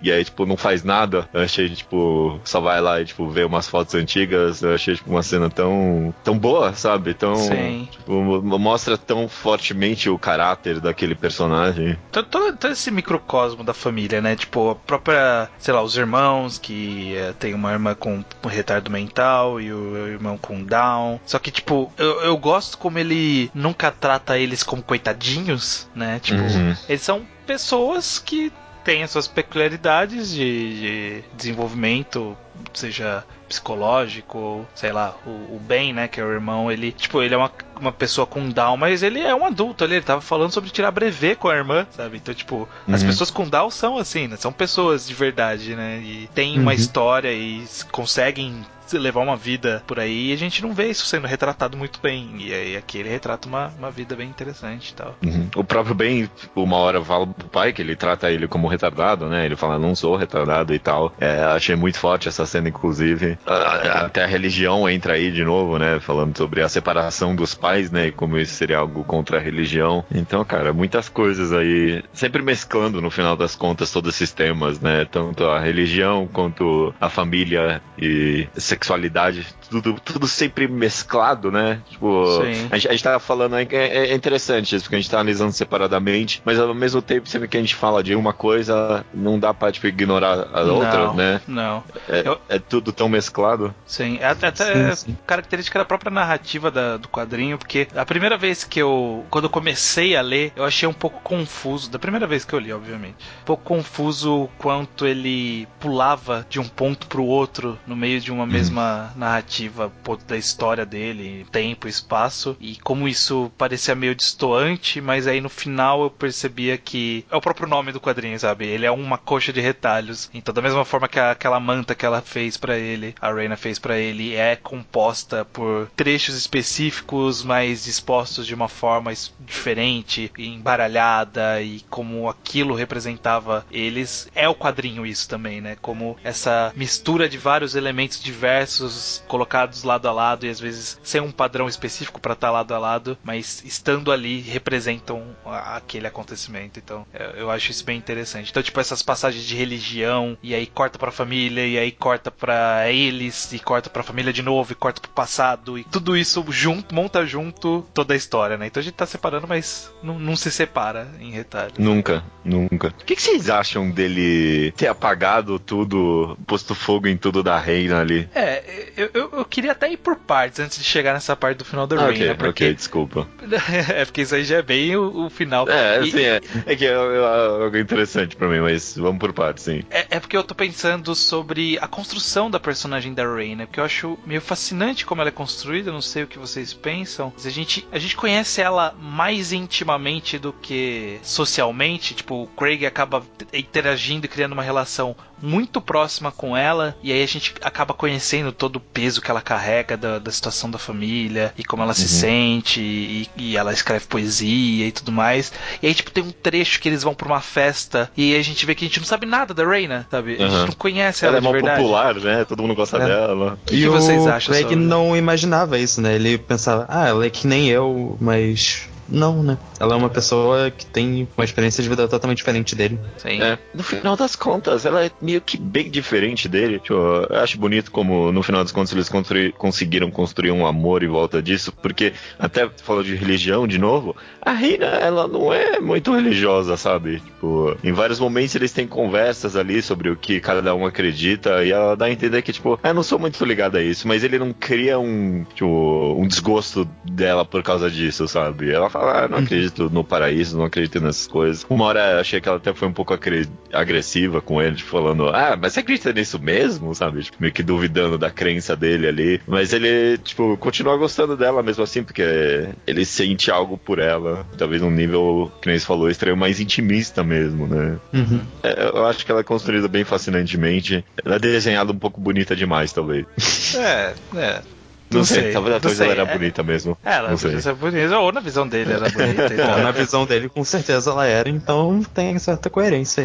e aí, tipo, não faz nada. Eu achei, tipo, só vai lá e, tipo, vê umas fotos antigas. Eu achei, tipo, uma cena tão, tão boa, sabe? Tão, Sim. tipo, mostra tão fortemente o caráter daquele personagem. Todo, todo, todo esse microcosmo da família, né? Tipo, a própria, sei lá, os irmãos, que é, tem uma irmã com um retardo mental e o irmão com Down. Só que, tipo, eu, eu gosto como ele nunca trata eles como coitadinhos, né? Tipo, Uhum. eles são pessoas que têm as suas peculiaridades de, de desenvolvimento, seja psicológico, ou, sei lá, o, o Ben, né, que é o irmão, ele, tipo, ele é uma, uma pessoa com Down, mas ele é um adulto ali, ele tava falando sobre tirar brevet com a irmã, sabe? Então, tipo, uhum. as pessoas com Down são assim, né? São pessoas de verdade, né? E tem uma uhum. história e conseguem levar uma vida por aí, e a gente não vê isso sendo retratado muito bem, e aí aqui ele retrata uma, uma vida bem interessante e tal. Uhum. O próprio Ben, uma hora fala pro pai que ele trata ele como retardado, né? Ele fala, não sou retardado e tal. É, achei muito forte essa cena, inclusive. Até a religião entra aí de novo, né? Falando sobre a separação dos pais, né? E como isso seria algo contra a religião. Então, cara, muitas coisas aí, sempre mesclando no final das contas todos esses temas, né? Tanto a religião quanto a família e sexualidade, tudo, tudo sempre mesclado, né? Tipo, a gente, a gente tava falando aí que é, é interessante isso, porque a gente tá analisando separadamente, mas ao mesmo tempo, sempre que a gente fala de uma coisa, não dá pra, tipo, ignorar a outra, não, né? Não, é, Eu... é tudo tão mesclado. Sim, é até, até sim, sim. característica da própria narrativa da, do quadrinho, porque a primeira vez que eu, quando eu comecei a ler, eu achei um pouco confuso, da primeira vez que eu li, obviamente, um pouco confuso quanto ele pulava de um ponto pro outro, no meio de uma mesma uma narrativa da história dele, tempo, espaço, e como isso parecia meio destoante, mas aí no final eu percebia que é o próprio nome do quadrinho, sabe? Ele é uma coxa de retalhos. Então, da mesma forma que a, aquela manta que ela fez pra ele, a Raina fez pra ele, é composta por trechos específicos, mas dispostos de uma forma diferente, embaralhada, e como aquilo representava eles, é o quadrinho isso também, né? Como essa mistura de vários elementos diversos colocados lado a lado e às vezes sem um padrão específico para estar lado a lado, mas estando ali representam aquele acontecimento. Então eu acho isso bem interessante. Então, tipo, essas passagens de religião, e aí corta pra família, e aí corta pra eles, e corta pra família de novo, e corta pro passado, e tudo isso junto, monta junto toda a história, né? Então a gente tá separando, mas não, não se separa em retalhos. Nunca, nunca. O que, que vocês acham dele ter apagado tudo, posto fogo em tudo da Reina ali? É, eu, eu, eu queria até ir por partes antes de chegar nessa parte do final da ah, Reina, ok, porque... ok, desculpa. é, porque isso aí já é bem o, o final. É, e... sim, é, é que é, é algo interessante pra mim, mas vamos por partes, sim. É, é porque eu tô pensando sobre a construção da personagem da Reina, porque eu acho meio fascinante como ela é construída, não sei o que vocês pensam, mas a gente, a gente conhece ela mais intimamente do que socialmente, tipo, o Craig acaba interagindo e criando uma relação muito próxima com ela, e aí a gente acaba conhecendo todo o peso que ela carrega da, da situação da família, e como ela uhum. se sente, e, e ela escreve poesia e tudo mais, e aí tipo tem um trecho que eles vão pra uma festa, e aí a gente vê que a gente não sabe nada da Reina, sabe? A gente uhum. não conhece ela, ela de verdade. Ela é mó popular, né? Todo mundo gosta é. dela. O que, que vocês acham sobre? O Craig sobre? não imaginava isso, né? Ele pensava, ah, ela é que nem eu, mas... Não, né? Ela é uma pessoa que tem uma experiência de vida totalmente diferente dele. Sim. É, no final das contas, ela é meio que bem diferente dele. Tipo, eu acho bonito como, no final das contas, eles construir, conseguiram construir um amor em volta disso, porque, até falou de religião de novo, a Reina, ela não é muito religiosa, sabe? Tipo, em vários momentos eles têm conversas ali sobre o que cada um acredita, e ela dá a entender que, tipo, eu não sou muito ligada a isso, mas ele não cria um, tipo, um desgosto dela por causa disso, sabe? Ela fala, ah, não acredito no paraíso, não acredito nessas coisas. Uma hora achei que ela até foi um pouco agressiva com ele, tipo, falando, ah, mas você acredita nisso mesmo, sabe? Tipo, meio que duvidando da crença dele ali. Mas ele, tipo, continua gostando dela mesmo assim, porque ele sente algo por ela. Talvez num nível, que nem você falou, estranho, mais intimista mesmo, né? Uhum. É, eu acho que ela é construída bem fascinantemente. Ela é desenhada um pouco bonita demais, talvez. É, é. Não, não sei, sei, talvez a atriz ela era é, bonita mesmo. É, ela não podia sei. ser bonita, ou na visão dele era bonita. Bom, na visão dele, com certeza ela era, então tem certa coerência aí.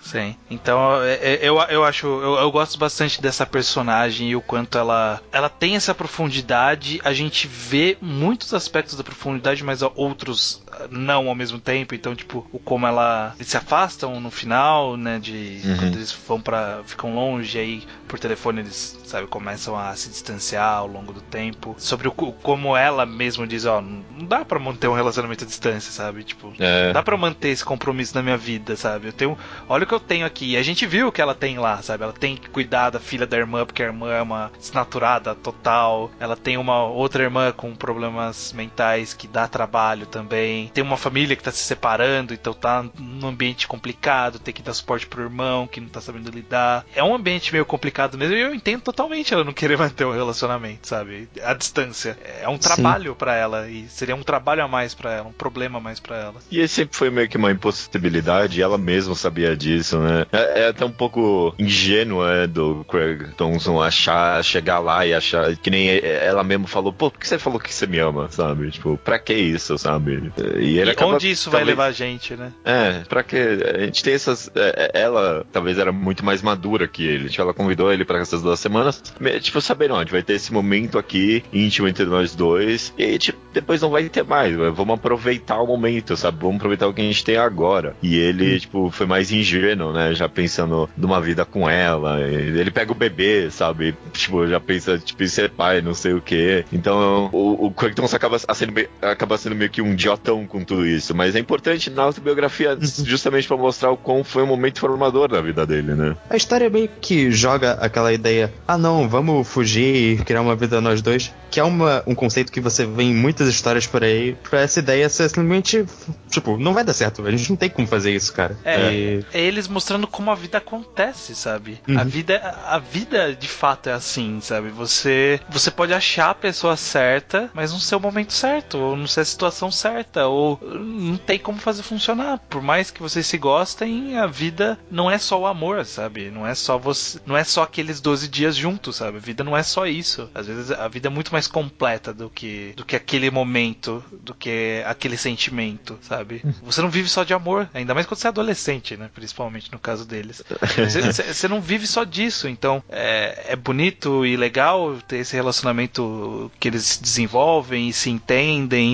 Sim. Então, eu, eu acho, eu, eu gosto bastante dessa personagem e o quanto ela, ela tem essa profundidade. A gente vê muitos aspectos da profundidade, mas outros não ao mesmo tempo. Então, tipo, o como ela eles se afastam no final, né, de Uhum. quando eles vão para ficam longe, aí por telefone eles, sabe, começam a se distanciar ao longo do tempo. Sobre o como ela mesmo diz, ó, não dá pra manter um relacionamento à distância, sabe? Tipo, É. não dá pra manter esse compromisso na minha vida, sabe? Eu tenho, olha o que eu tenho aqui. E a gente viu o que ela tem lá, sabe? Ela tem que cuidar da filha da irmã, porque a irmã é uma desnaturada total. Ela tem uma outra irmã com problemas mentais que dá trabalho também. Tem uma família que tá se separando, então tá num ambiente complicado, tem que dar suporte pro irmão que não tá sabendo lidar. É um ambiente meio complicado mesmo, e eu entendo totalmente ela não querer manter um relacionamento, sabe? A distância. É um trabalho pra ela, e seria um trabalho a mais pra ela, um problema a mais pra ela. E esse sempre foi meio que uma impossibilidade, e ela mesma sabia disso, né? É, é até um pouco ingênuo, é, do Craig Thompson achar, chegar lá e achar, que nem ela mesma falou, pô, por que você falou que você me ama, sabe? Tipo, pra que isso, sabe? E, ele e acaba, onde isso talvez, vai levar a gente, né? É, pra que a gente tem essas... É, ela talvez era muito mais madura que ele. Tipo, ela convidou ele pra essas duas semanas. Tipo, saber, não, a gente vai ter esse momento aqui, íntimo entre nós dois, e aí, tipo, depois não vai ter mais. Vamos aproveitar o momento, sabe? Vamos aproveitar o que a gente tem agora. E ele, hum. tipo, foi mais ingênuo, né? Já pensando numa vida com ela. Ele pega o bebê, sabe? Tipo, já pensa, tipo, em ser pai, não sei o quê. Então, o, o Craig Thompson acaba sendo, acaba sendo meio que um idiotão com tudo isso. Mas é importante na autobiografia justamente pra mostrar o quão foi um momento formador na vida dele, né? A história meio que joga aquela ideia, ah não, vamos fugir e criar uma vida nós dois, que é uma, um conceito que você vê em muitas histórias por aí, pra essa ideia ser simplesmente, tipo, não vai dar certo, a gente não tem como fazer isso, cara. É, e... é eles mostrando como a vida acontece, sabe? Uhum. A vida, a vida de fato é assim, sabe? Você, você pode achar a pessoa certa, mas não ser o momento certo, ou não ser a situação certa, ou não tem como fazer funcionar. Por mais que vocês se gostem, a vida não é só o amor, sabe? Não é só você, não é só aqueles doze dias juntos, sabe? A vida não é só isso. Às vezes a vida é muito mais completa do que, do que aquele momento, do que aquele sentimento, sabe? Você não vive só de amor, ainda mais quando você é adolescente, né? Principalmente no caso deles. Você, você não vive só disso, então é, é bonito e legal ter esse relacionamento que eles desenvolvem e se entendem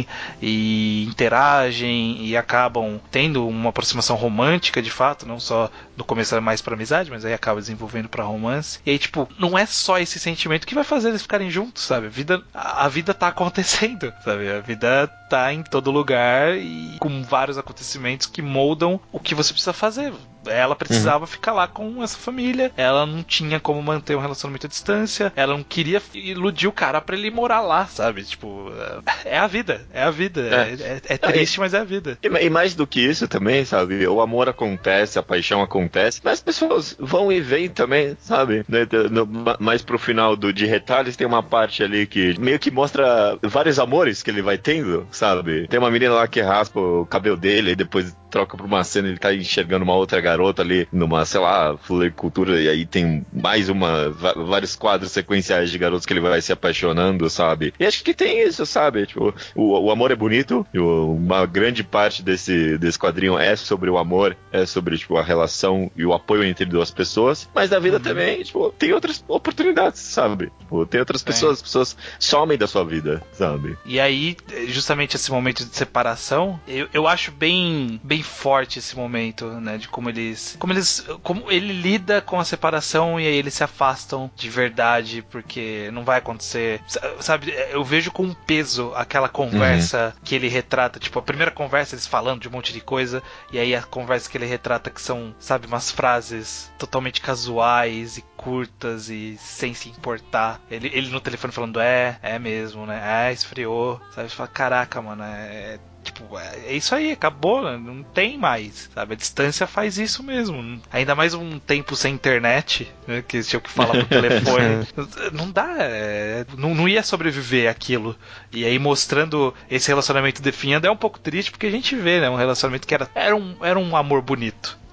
e interagem e acabam tendo uma aproximação romântica de fato, não só no começo era mais pra amizade, mas aí acaba desenvolvendo pra romance. E aí, tipo, não é só esse sentimento que vai fazer eles ficarem juntos, sabe? A vida, a vida tá acontecendo, sabe? A vida tá em todo lugar e com vários acontecimentos que moldam o que você precisa fazer. Ela precisava uhum. ficar lá com essa família, ela não tinha como manter um relacionamento à distância, ela não queria iludir o cara pra ele morar lá, sabe? Tipo, é a vida, é a vida. É, é, é triste, mas é a vida. E, e mais do que isso também, sabe? O amor acontece, a paixão acontece, mas as pessoas vão e vêm também, sabe? No, no, mais pro final do, de Retalhos tem uma parte ali que meio que mostra vários amores que ele vai tendo, sabe? Tem uma menina lá que raspa o cabelo dele e depois troca pra uma cena, ele tá enxergando uma outra garota ali numa, sei lá, floricultura, e aí tem mais uma, vários quadros sequenciais de garotos que ele vai se apaixonando, sabe? E acho que tem isso, sabe? Tipo, o, o amor é bonito, e uma grande parte desse, desse quadrinho é sobre o amor, é sobre, tipo, a relação e o apoio entre duas pessoas, mas na vida uhum. também, tipo, tem outras oportunidades, sabe? Tipo, tem outras pessoas, as pessoas somem da sua vida, sabe? E aí, justamente esse momento de separação, eu, eu acho bem, bem forte esse momento, né, de como eles, como eles, como ele lida com a separação e aí eles se afastam de verdade, porque não vai acontecer, sabe, eu vejo com peso aquela conversa uhum. que ele retrata, tipo, a primeira conversa eles falando de um monte de coisa, e aí a conversa que ele retrata que são, sabe, umas frases totalmente casuais e curtas e sem se importar, ele, ele no telefone falando, é, é mesmo, né, é, esfriou, sabe, você fala, caraca, mano, é... Tipo, é isso aí, acabou, não tem mais, sabe? A distância faz isso mesmo. Ainda mais um tempo sem internet, né, que eles tinham que falar pro telefone. Não dá, é, não, não ia sobreviver aquilo. E aí mostrando esse relacionamento definhando é um pouco triste, porque a gente vê, né? Um relacionamento que era, era, um, era um amor bonito.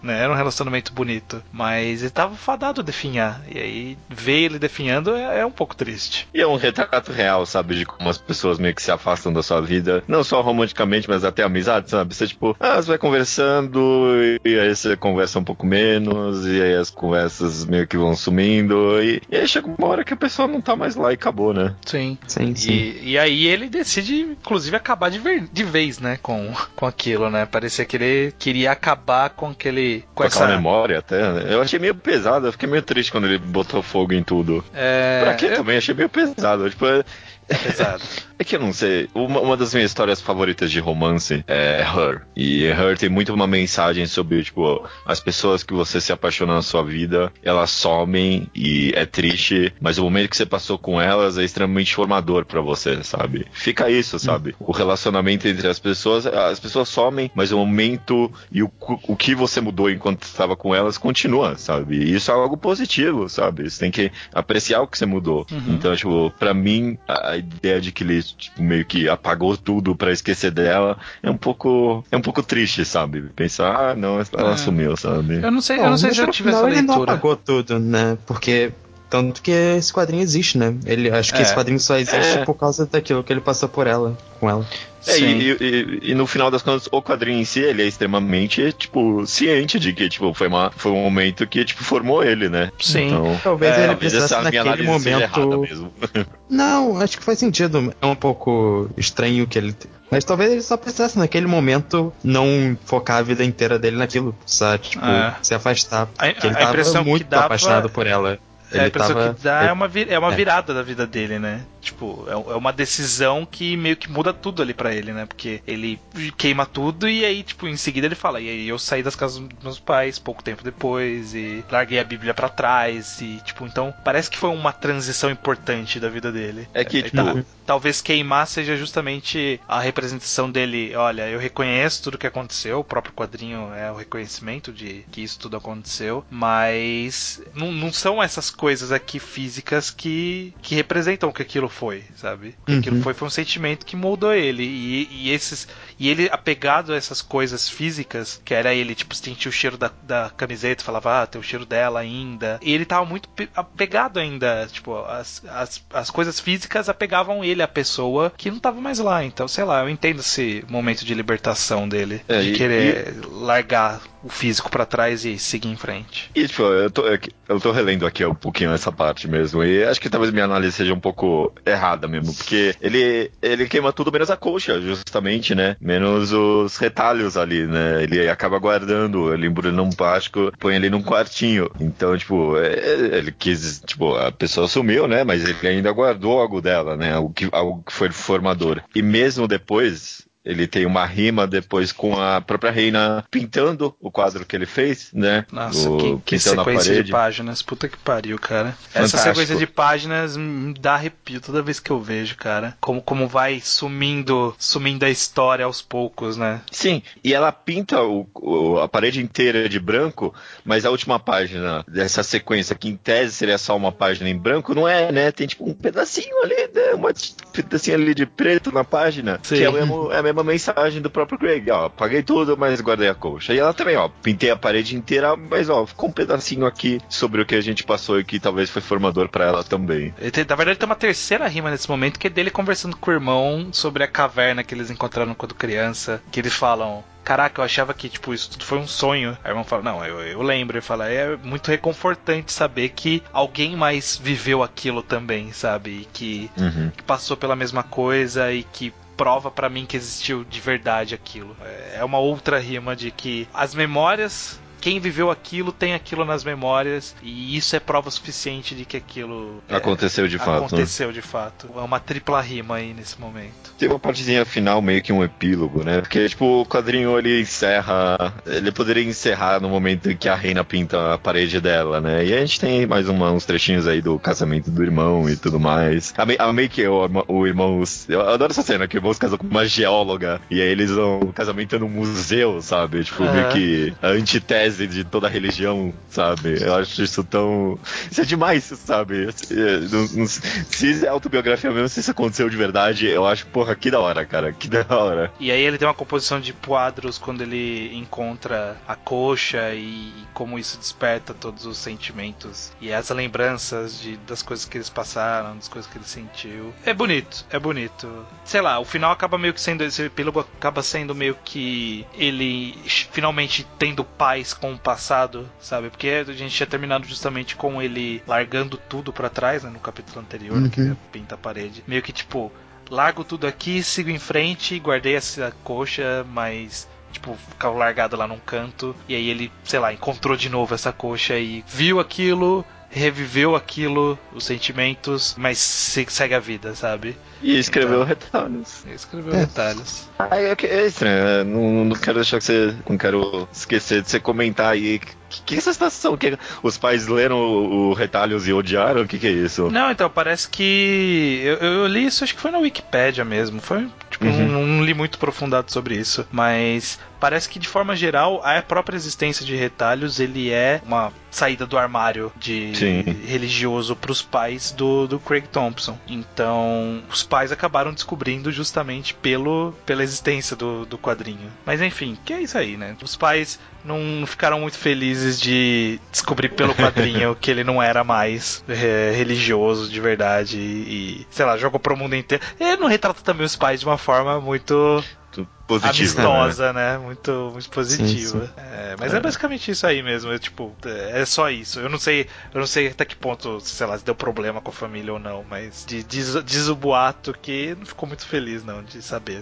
né? Era um relacionamento bonito. Mas ele tava fadado a definhar. E aí, ver ele definhando é, é um pouco triste. E é um retrato real, sabe? De como as pessoas meio que se afastam da sua vida. Não só romanticamente, mas até amizade, sabe? Você, tipo, ah, você vai conversando, e aí você conversa um pouco menos, e aí as conversas meio que vão sumindo, e, e aí chega uma hora que a pessoa não tá mais lá e acabou, né? Sim. Sim, sim. E, e aí ele decide, inclusive, acabar de, ver, de vez, né? Com, com aquilo, né? Parecia que ele queria acabar com aquele... Com, Com essa aquela memória até, né? Eu achei meio pesado, eu fiquei meio triste quando ele botou fogo em tudo. É... Pra quê eu... também? Achei meio pesado. Tipo, é... é pesado. É que eu não sei, uma, uma das minhas histórias favoritas de romance é Her. E Her tem muito uma mensagem sobre, tipo, as pessoas que você se apaixona na sua vida, elas somem e é triste, mas o momento que você passou com elas é extremamente formador pra você, sabe? Fica isso, sabe? Hum. O relacionamento entre as pessoas, as pessoas somem, mas o momento e o, o que você mudou enquanto estava com elas continua, sabe? E isso é algo positivo, sabe? Você tem que apreciar o que você mudou. Uhum. Então, tipo, pra mim, a ideia de que ele tipo, meio que apagou tudo pra esquecer dela é um pouco é um pouco triste, sabe? Pensar, ah, não, ela é. sumiu, sabe? Eu não sei, Bom, eu não sei se eu tive essa leitura. Ele não apagou tudo, né? Porque tanto que esse quadrinho existe, né? Ele, acho que é. esse quadrinho só existe é. por causa daquilo que ele passou por ela, com ela. É, e, e, e no final das contas, o quadrinho em si, ele é extremamente, tipo, ciente de que, tipo, foi, uma, foi um momento que, tipo, formou ele, né? Sim. Então, talvez é, ele precisasse naquele momento... Mesmo. Não, acho que faz sentido. É um pouco estranho que ele... Mas talvez ele só precisasse naquele momento não focar a vida inteira dele naquilo, sabe? Tipo, é. se afastar. A, porque ele a tava muito dava... apaixonado por ela. Ele é, a impressão tava... que dá ele... é uma, vir... é uma virada é. da vida dele, né? Tipo, é uma decisão que meio que muda tudo ali pra ele, né? Porque ele queima tudo e aí, tipo, em seguida ele fala, e aí eu saí das casas dos meus pais pouco tempo depois e larguei a Bíblia pra trás e, tipo, então parece que foi uma transição importante da vida dele. É que, é, tipo... Tá, talvez queimar seja justamente a representação dele, olha, eu reconheço tudo que aconteceu, o próprio quadrinho é o reconhecimento de que isso tudo aconteceu, mas não, não são essas coisas aqui físicas que, que representam o que aquilo foi, sabe? Uhum. Aquilo foi, foi um sentimento que moldou ele e, e esses e ele apegado a essas coisas físicas, que era ele, tipo, sentir o cheiro da, da camiseta, falava, ah, tem o cheiro dela ainda, e ele tava muito apegado ainda, tipo, as, as, as coisas físicas apegavam ele à pessoa que não tava mais lá, então, sei lá, eu entendo esse momento de libertação dele, é, de e, querer e... largar o físico pra trás e seguir em frente. E, tipo, eu tô, eu tô relendo aqui um pouquinho essa parte mesmo, e acho que talvez minha análise seja um pouco errada mesmo, porque ele, ele queima tudo menos a colcha, justamente, né? Menos os retalhos ali, né? Ele acaba guardando, ele embrulha num plástico, põe ele num quartinho. Então, tipo, é, ele quis, tipo, a pessoa sumiu, né? Mas ele ainda guardou algo dela, né? Algo que, algo que foi formador. E mesmo depois... Ele tem uma rima depois com a própria Reina pintando o quadro que ele fez, né? Nossa, o, que, que sequência de páginas. Puta que pariu, cara. Fantástico. Essa sequência de páginas me dá arrepio toda vez que eu vejo, cara. Como, como vai sumindo, sumindo a história aos poucos, né? Sim, e ela pinta o, o, a parede inteira de branco, mas a última página dessa sequência, que em tese seria só uma página em branco, não é, né? Tem tipo um pedacinho ali, né? Um pedacinho ali de preto na página, Sim. que é, o mesmo, é a mesma uma mensagem do próprio Craig, ó, paguei tudo, mas guardei a colcha. E ela também, ó, pintei a parede inteira, mas ó, ficou um pedacinho aqui sobre o que a gente passou e que talvez foi formador pra ela também. Tem, na verdade tem uma terceira rima nesse momento, que é dele conversando com o irmão sobre a caverna que eles encontraram quando criança, que eles falam... Caraca, eu achava que, tipo, isso tudo foi um sonho. Aí o irmão fala, não, eu, eu lembro. Ele fala, é muito reconfortante saber que alguém mais viveu aquilo também, sabe? E que, uhum. que passou pela mesma coisa e que prova pra mim que existiu de verdade aquilo. É uma outra rima de que as memórias... Quem viveu aquilo tem aquilo nas memórias e isso é prova suficiente de que aquilo aconteceu é, de fato. Aconteceu né? de fato. É uma tripla rima aí nesse momento. Tem uma partezinha final meio que um epílogo, né? Porque tipo o quadrinho ele encerra, ele poderia encerrar no momento em que a Reina pinta a parede dela, né? E a gente tem mais uma, uns trechinhos aí do casamento do irmão e tudo mais. Amei, amei que o, o irmão, eu adoro essa cena que o irmão se casou com uma geóloga e aí eles vão o casamento no museu, sabe? Tipo uhum. meio que a antitese catequese de toda a religião, sabe? Eu acho isso tão... Isso é demais, sabe? Não, não, se é autobiografia mesmo, se isso aconteceu de verdade, eu acho, porra, que da hora, cara, que da hora. E aí ele tem uma composição de quadros quando ele encontra a coxa e, e como isso desperta todos os sentimentos e as lembranças de, das coisas que eles passaram, das coisas que ele sentiu. É bonito, é bonito. Sei lá, o final acaba meio que sendo, esse epílogo acaba sendo meio que ele finalmente tendo paz com o passado, sabe? Porque a gente tinha terminado justamente com ele largando tudo pra trás, né, no capítulo anterior, Uhum. que ele pinta a parede. Meio que tipo, largo tudo aqui, sigo em frente, guardei essa coxa, mas tipo, ficava largado lá num canto, e aí ele, sei lá, encontrou de novo essa coxa e viu aquilo, reviveu aquilo, os sentimentos, mas segue a vida, sabe? E escreveu Então, retalhos. Escreveu É. retalhos. Ah, é, que- é estranho, né? não, não quero deixar que você. Não quero esquecer de você comentar aí. Que, que é essa situação? Que os pais leram o, o retalhos e odiaram? O que, que é isso? Não, então, parece que. Eu, eu li isso, acho que foi na Wikipédia mesmo. Foi. Tipo, Uhum. não, não li muito aprofundado sobre isso. Mas parece que, de forma geral, a própria existência de retalhos ele é uma saída do armário de Sim. religioso pros pais do, do Craig Thompson. Então, os pais acabaram descobrindo justamente pelo, pela existência do, do quadrinho. Mas enfim, que é isso aí, né? Os pais não ficaram muito felizes de descobrir pelo quadrinho que ele não era mais é, religioso de verdade e, e, sei lá, jogou pro mundo inteiro. Ele não retrata também os pais de uma forma muito Positiva, amistosa, né? né? Muito, muito positiva. Sim, sim. É, mas é. é basicamente isso aí mesmo. É, tipo, é só isso. Eu não sei, eu não sei até que ponto, sei lá, se deu problema com a família ou não, mas de, diz, diz o boato que não ficou muito feliz, não, de saber.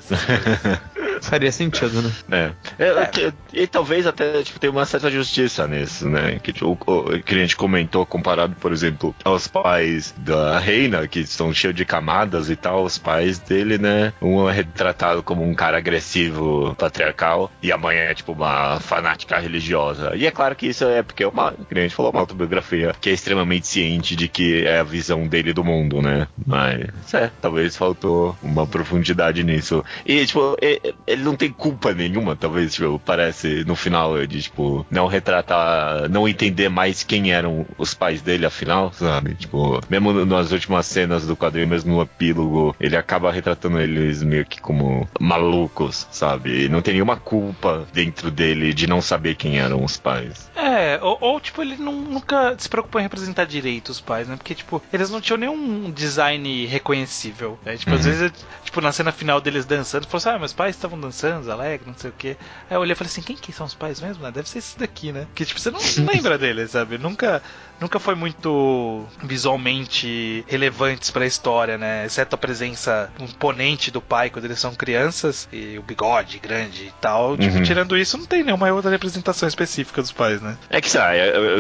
Faria sentido, né? É. É, é. Que, e talvez até tipo, tenha uma certa justiça nisso, né? Que, tipo, o, o, que a gente comentou, comparado, por exemplo, aos pais da Reina, que são cheios de camadas e tal, os pais dele, né? Um é retratado como um cara agressivo, patriarcal, e a mãe é, tipo, uma fanática religiosa. E é claro que isso é porque é uma, que a gente falou, uma autobiografia que é extremamente ciente de que é a visão dele do mundo, né? Mas, é, talvez faltou uma profundidade nisso. E, tipo, ele não tem culpa nenhuma, talvez, tipo, parece no final de, tipo, não retratar, não entender mais quem eram os pais dele, afinal, sabe? Tipo, mesmo nas últimas cenas do quadrinho, mesmo no epílogo, ele acaba retratando eles meio que como malucos, sabe? E não tem nenhuma culpa dentro dele de não saber quem eram os pais. É, ou, ou tipo, ele não, nunca se preocupou em representar direito os pais, né? Porque, tipo, eles não tinham nenhum design reconhecível, né? Tipo, uhum. Às vezes, tipo, na cena final deles dançando, falou assim, ah, meus pais estavam dançando, alegre, não sei o quê. Aí eu olhei e falei assim, quem que são os pais mesmo? Deve ser esse daqui, né? Porque, tipo, você não lembra deles, sabe? Nunca, nunca foi muito visualmente relevantes pra história, né? Exceto a presença imponente do pai quando eles são crianças, e o bigode grande e tal. Tipo, uhum. Tirando isso, não tem nenhuma outra representação específica dos pais, né? É que, sabe,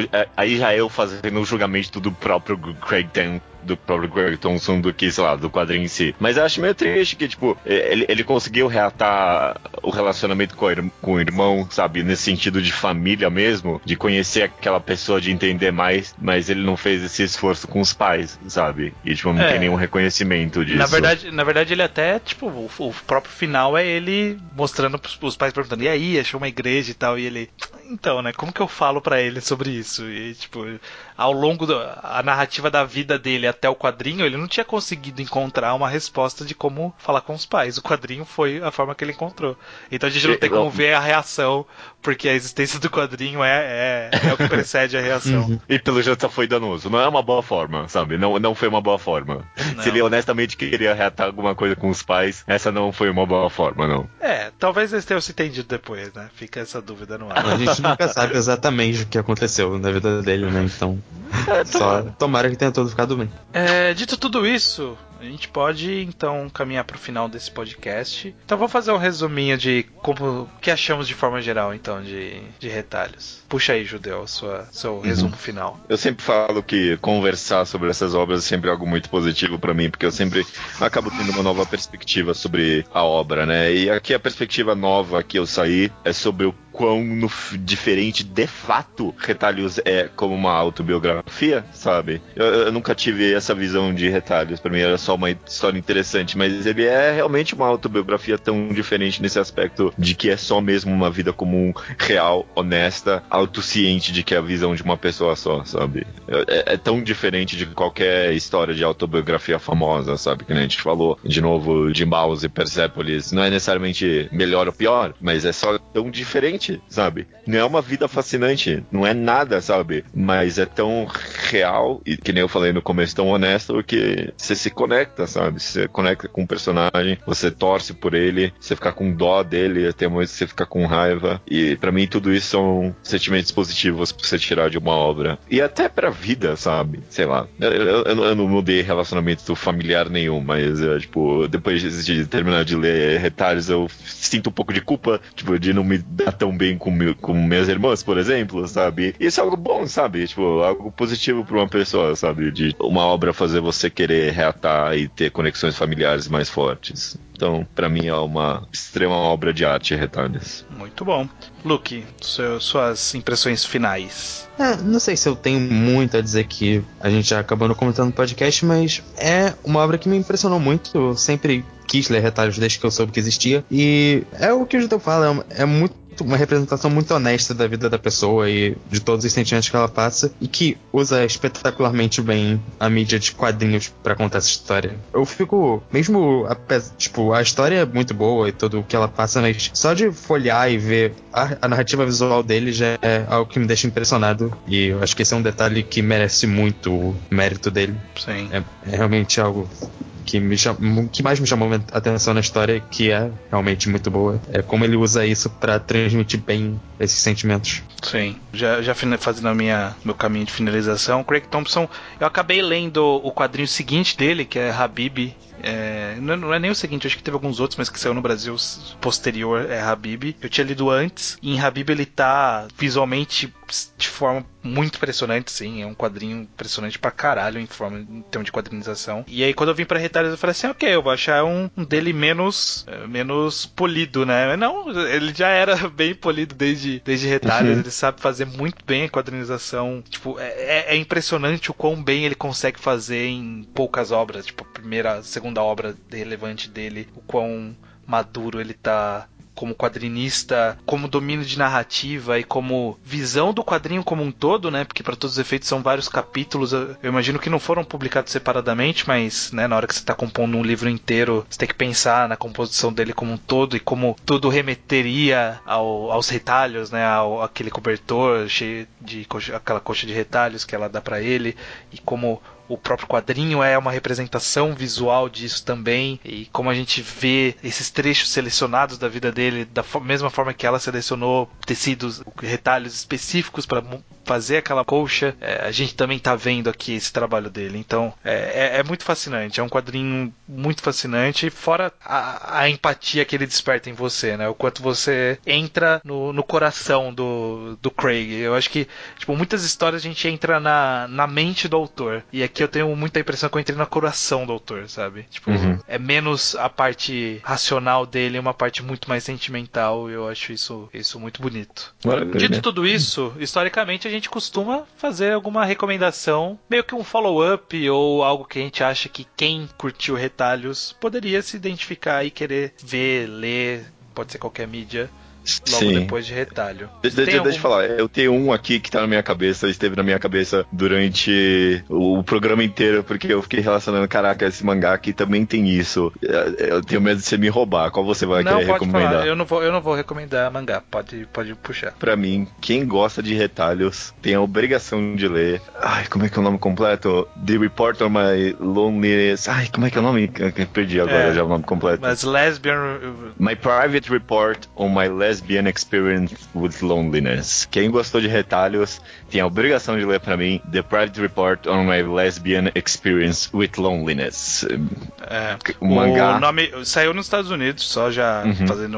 aí já eu fazendo o julgamento do próprio Craig Thompson, do próprio Craig Thompson do que, sei lá, do quadrinho em si. Mas eu acho meio triste que, tipo, ele, ele conseguiu reatar o relacionamento com, a, com o irmão, sabe, nesse sentido de família mesmo, de conhecer aquela pessoa, de entender mais, mas ele não fez esse esforço com os pais, sabe? E, tipo, não é, tem nenhum reconhecimento disso. Na verdade, na verdade ele até, tipo, o, o próprio final é ele mostrando pros, pros pais, perguntando, e aí, achou uma igreja e tal, e ele... Então, né, como que eu falo pra ele sobre isso? E, tipo, ao longo da narrativa da vida dele até o quadrinho, ele não tinha conseguido encontrar uma resposta de como falar com os pais. O quadrinho foi a forma que ele encontrou. Então a gente não tem como ver a reação, porque a existência do quadrinho é, é, é o que precede a reação. Uhum. E pelo jeito foi danoso. Não é uma boa forma, sabe? Não, não foi uma boa forma. Não. Se ele honestamente queria reatar alguma coisa com os pais, essa não foi uma boa forma, não. É, talvez eles tenham se entendido depois, né? Fica essa dúvida no ar. A gente nunca sabe exatamente o que aconteceu na vida dele, né? Então, é, só tomara que tenha tudo ficado bem. É, dito tudo isso, a gente pode então caminhar para o final desse podcast. Então vou fazer um resuminho de como que achamos de forma geral então de, de retalhos. Puxa aí, Judeu, sua, seu resumo uhum. final. Eu sempre falo que conversar sobre essas obras é sempre algo muito positivo para mim, porque eu sempre acabo tendo uma nova perspectiva sobre a obra, né? E aqui a perspectiva nova que eu saí é sobre o quão no, diferente de fato Retalhos é como uma autobiografia, sabe? Eu, eu nunca tive essa visão de Retalhos, pra mim era só uma história interessante, mas ele é realmente uma autobiografia tão diferente nesse aspecto de que é só mesmo uma vida comum, real, honesta, autociente de que é a visão de uma pessoa só, sabe? É, é tão diferente de qualquer história de autobiografia famosa, sabe? Que a gente falou, de novo, de Mouse e Persepolis, não é necessariamente melhor ou pior, mas é só tão diferente, sabe? Não é uma vida fascinante, não é nada, sabe? Mas é tão real, e que nem eu falei no começo, tão honesto, que você se conecta, sabe? Você conecta com o personagem, você torce por ele, você fica com dó dele, até momentos que você fica com raiva, e pra mim tudo isso são sentimentos positivos pra você tirar de uma obra. E até pra vida, sabe? Sei lá. Eu, eu, eu não mudei relacionamento familiar nenhum, mas, eu, tipo, depois de terminar de ler Retalhos, eu sinto um pouco de culpa, tipo, de não me dar tão bem com, meu, com minhas irmãs, por exemplo, sabe? Isso é algo bom, sabe? Tipo, algo positivo pra uma pessoa, sabe? De uma obra fazer você querer reatar e ter conexões familiares mais fortes. Então, pra mim é uma extrema obra de arte, Retalhos. Muito bom. Luke, seu, suas impressões finais. É, não sei se eu tenho muito a dizer que a gente já acabou não comentando no podcast, mas é uma obra que me impressionou muito. Eu sempre quis ler Retalhos desde que eu soube que existia. E é o que o Judeu fala, é muito uma representação muito honesta da vida da pessoa e de todos os sentimentos que ela passa, e que usa espetacularmente bem a mídia de quadrinhos pra contar essa história. Eu fico, mesmo a, tipo, a história é muito boa e tudo o que ela passa, mas só de folhear e ver a, a narrativa visual dele já é algo que me deixa impressionado, e eu acho que esse é um detalhe que merece muito o mérito dele. Sim. É, é realmente algo que, me cham... que mais me chamou a atenção na história, que é realmente muito boa, é como ele usa isso pra transmitir bem esses sentimentos. Sim, já, já fazendo a minha, meu caminho de finalização, Craig Thompson, eu acabei lendo o quadrinho seguinte dele, que é Habib. É, não é nem o seguinte, acho que teve alguns outros, mas que saiu no Brasil posterior, é Habib. Eu tinha lido antes, e em Habib ele tá visualmente de forma muito impressionante, sim. É um quadrinho impressionante pra caralho em forma, em termos de quadrinização. E aí quando eu vim pra Retalhos eu falei assim, ok, eu vou achar um, um dele menos, menos polido, né? Mas não, ele já era bem polido desde, desde Retalhos, uhum. Ele sabe fazer muito bem a quadrinização. Tipo, é, é impressionante o quão bem ele consegue fazer em poucas obras. Tipo, a primeira, a segunda obra relevante dele, o quão maduro ele tá como quadrinista, como domínio de narrativa e como visão do quadrinho como um todo, né? Porque para todos os efeitos são vários capítulos. Eu imagino que não foram publicados separadamente, mas, né, na hora que você está compondo um livro inteiro, você tem que pensar na composição dele como um todo e como tudo remeteria ao, aos retalhos, né? Ao, aquele cobertor cheio de coxa, aquela coxa de retalhos que ela dá para ele, e como o próprio quadrinho é uma representação visual disso também, e como a gente vê esses trechos selecionados da vida dele, da mesma forma que ela selecionou tecidos, retalhos específicos para fazer aquela colcha, é, a gente também tá vendo aqui esse trabalho dele. Então é, é, é muito fascinante, é um quadrinho muito fascinante, fora a, a empatia que ele desperta em você, né? O quanto você entra no, no coração do, do Craig. Eu acho que, tipo, muitas histórias a gente entra na, na mente do autor, e aqui eu tenho muita impressão que eu entrei no coração do autor, sabe? Tipo, uhum. É menos a parte racional dele, uma parte muito mais sentimental, e eu acho isso, isso muito bonito. Maravilha. Dito tudo isso, historicamente a gente costuma fazer alguma recomendação, meio que um follow-up ou algo que a gente acha que quem curtiu Retalhos poderia se identificar e querer ver, ler, pode ser qualquer mídia, logo Sim. depois de Retalho. De, de, deixa algum... eu falar, eu tenho um aqui que tá na minha cabeça, esteve na minha cabeça durante o programa inteiro, porque eu fiquei relacionando, caraca, esse mangá aqui também tem isso. Eu tenho medo de você me roubar. Qual você vai não, querer pode recomendar? Falar. Eu não vou, eu não vou recomendar mangá, pode, pode puxar. Pra mim, quem gosta de Retalhos tem a obrigação de ler. Ai, como é que é o nome completo? The Report on My Loneliness. Ai, como é que é o nome? Eu perdi agora é, já o nome completo. Mas Lesbian... My Private Report on My Lesbian Experience with Loneliness. Quem gostou de Retalhos tem a obrigação de ler pra mim The Private Report on My Lesbian Experience with Loneliness. É, o mangá... O nome saiu nos Estados Unidos, só já uhum. fazendo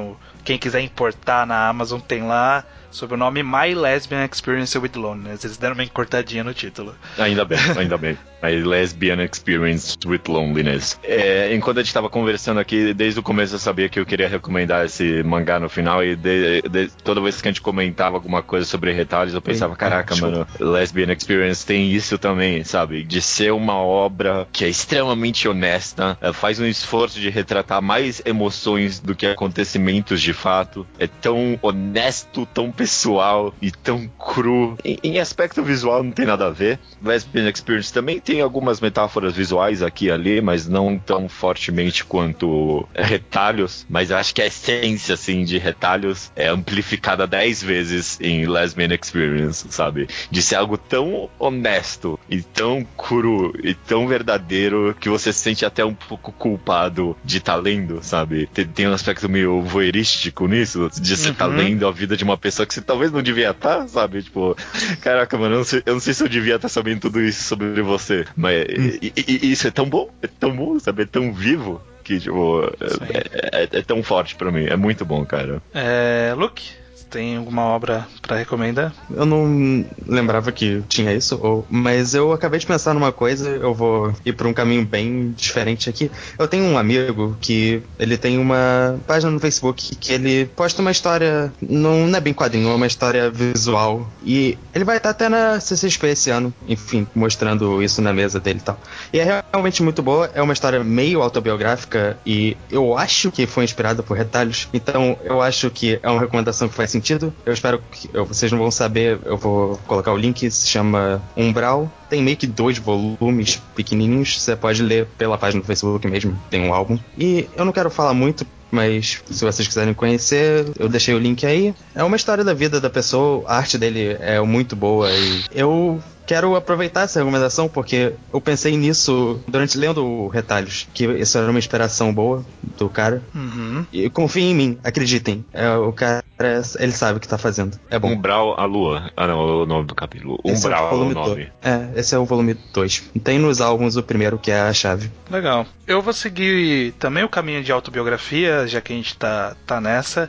quem quiser importar na Amazon tem lá, sob o nome My Lesbian Experience with Loneliness. Eles deram uma encurtadinha no título. Ainda bem, ainda bem. My Lesbian Experience with Loneliness. É, enquanto a gente tava conversando aqui, desde o começo eu sabia que eu queria recomendar esse mangá no final, e de, de, toda vez que a gente comentava alguma coisa sobre retalhos, eu pensava, caraca, mano, Lesbian Experience tem isso também, sabe? De ser uma obra que é extremamente honesta, faz um esforço de retratar mais emoções do que acontecimentos de fato, é tão honesto, tão pessoal e tão cru. Em, em aspecto visual não tem nada a ver. Lesbian Experience também tem algumas metáforas visuais aqui e ali, mas não tão fortemente quanto retalhos, mas eu acho que a essência, assim, de retalhos é amplificada dez vezes em Lesbian Experience, sabe? De ser algo tão honesto e tão cru e tão verdadeiro que você se sente até um pouco culpado de estar tá lendo, sabe? Tem, tem um aspecto meio voyeurístico nisso, de você estar uhum. tá lendo a vida de uma pessoa que você talvez não devia estar, tá, sabe? Tipo, caraca, mano, eu não sei, eu não sei se eu devia estar tá sabendo tudo isso sobre você, mas hum. e, e, e isso é tão bom, é tão bom, sabe? É tão vivo que, tipo, é, é, é tão forte pra mim. É muito bom, cara. É, Luke, tem alguma obra pra recomendar? Eu não lembrava que tinha isso, ou, mas eu acabei de pensar numa coisa, eu vou ir pra um caminho bem diferente aqui. Eu tenho um amigo que ele tem uma página no Facebook que ele posta uma história, não, não é bem quadrinho, é uma história visual, e ele vai estar até na C C X P esse ano, enfim, mostrando isso na mesa dele e tal. E é realmente muito boa, é uma história meio autobiográfica e eu acho que foi inspirada por retalhos, então eu acho que é uma recomendação que faz sentido. Eu espero que eu, vocês não vão saber, eu vou colocar o link, se chama Umbral. Tem meio que dois volumes pequenininhos, você pode ler pela página do Facebook mesmo, tem um álbum. E eu não quero falar muito, mas se vocês quiserem conhecer, eu deixei o link aí. É uma história da vida da pessoa, a arte dele é muito boa e eu quero aproveitar essa recomendação porque eu pensei nisso durante lendo Retalhos, que isso era uma inspiração boa do cara. Uhum. E confiem em mim, acreditem. É, o cara, ele sabe o que tá fazendo. É bom. Umbral a Lua. Ah, não, é o nome do capítulo. Esse Umbral é o, é o nome. Do... É, esse é o volume dois. Tem nos álbuns o primeiro, que é a chave. Legal. Eu vou seguir também o caminho de autobiografia, já que a gente tá, tá nessa.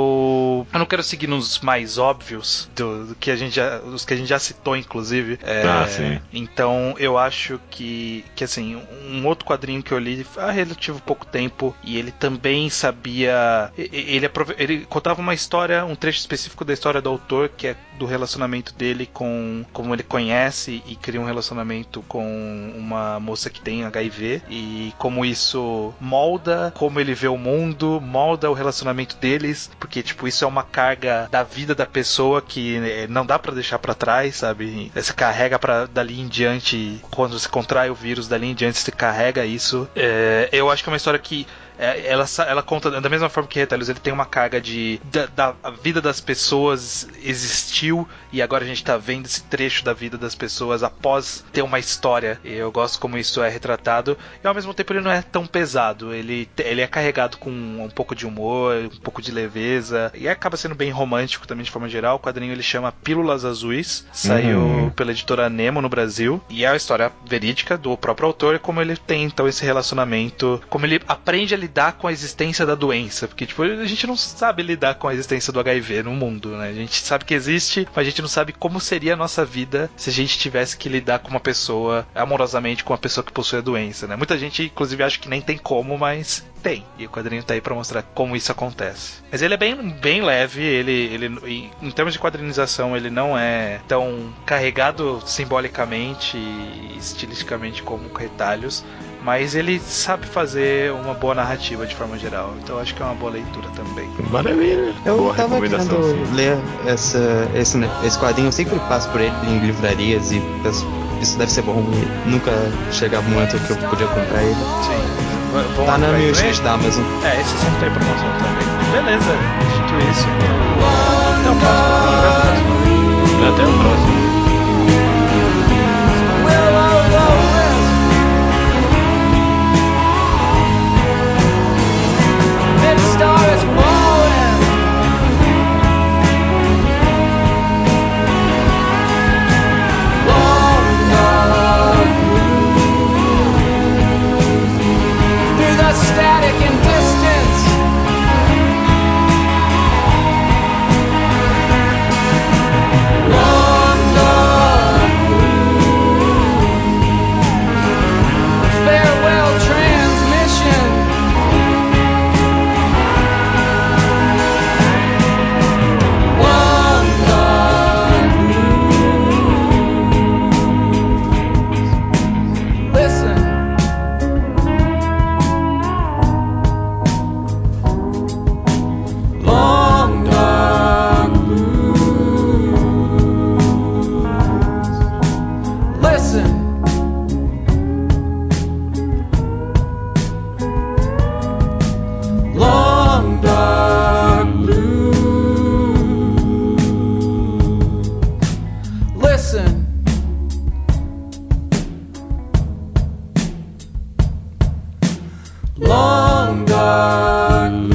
Eu, eu não quero seguir nos mais óbvios do, do que a gente já, dos que a gente já citou, inclusive. É, ah, sim. Então, eu acho que, que assim, um outro quadrinho que eu li há relativo pouco tempo e ele também sabia... Ele, ele contava uma história, um trecho específico da história do autor, que é do relacionamento dele com... Como ele conhece e cria um relacionamento com uma moça que tem H I V e como isso molda como ele vê o mundo, molda o relacionamento deles, porque, tipo, isso é uma carga da vida da pessoa que não dá pra deixar pra trás, sabe? Você carrega pra dali em diante, quando você contrai o vírus, dali em diante você carrega isso. É, eu acho que é uma história que ela, ela conta da mesma forma que Retalhos, ele tem uma carga de da, da a vida das pessoas existiu e agora a gente tá vendo esse trecho da vida das pessoas após ter uma história. Eu gosto como isso é retratado e ao mesmo tempo ele não é tão pesado, ele, ele é carregado com um pouco de humor, um pouco de leveza e acaba sendo bem romântico também de forma geral. O quadrinho ele chama Pílulas Azuis, saiu uhum. pela editora Nemo no Brasil e é uma história verídica do próprio autor, como ele tem então esse relacionamento, como ele aprende a lidar com a existência da doença, porque tipo, a gente não sabe lidar com a existência do H I V no mundo, né? A gente sabe que existe, mas a gente não sabe como seria a nossa vida se a gente tivesse que lidar com uma pessoa, amorosamente com uma pessoa que possui a doença, né? Muita gente, inclusive, acha que nem tem como, mas tem. E o quadrinho tá aí pra mostrar como isso acontece. Mas ele é bem, bem leve, ele, ele, em termos de quadrinização, ele não é tão carregado simbolicamente e estilisticamente como Retalhos, mas ele sabe fazer uma boa narrativa de forma geral, então acho que é uma boa leitura também. Maravilha! Eu boa tava querendo assim. ler essa, esse, esse quadrinho, eu sempre passo por ele em livrarias e penso, isso deve ser bom, e nunca chegava o momento que eu podia comprar ele. Sim. Vão tá na minha wishlist da Amazon. É, esse sempre tem promoção também. Beleza, dito isso, até o próximo. Até o próximo. Star is falling. Long dark blues through the static and distance. long dark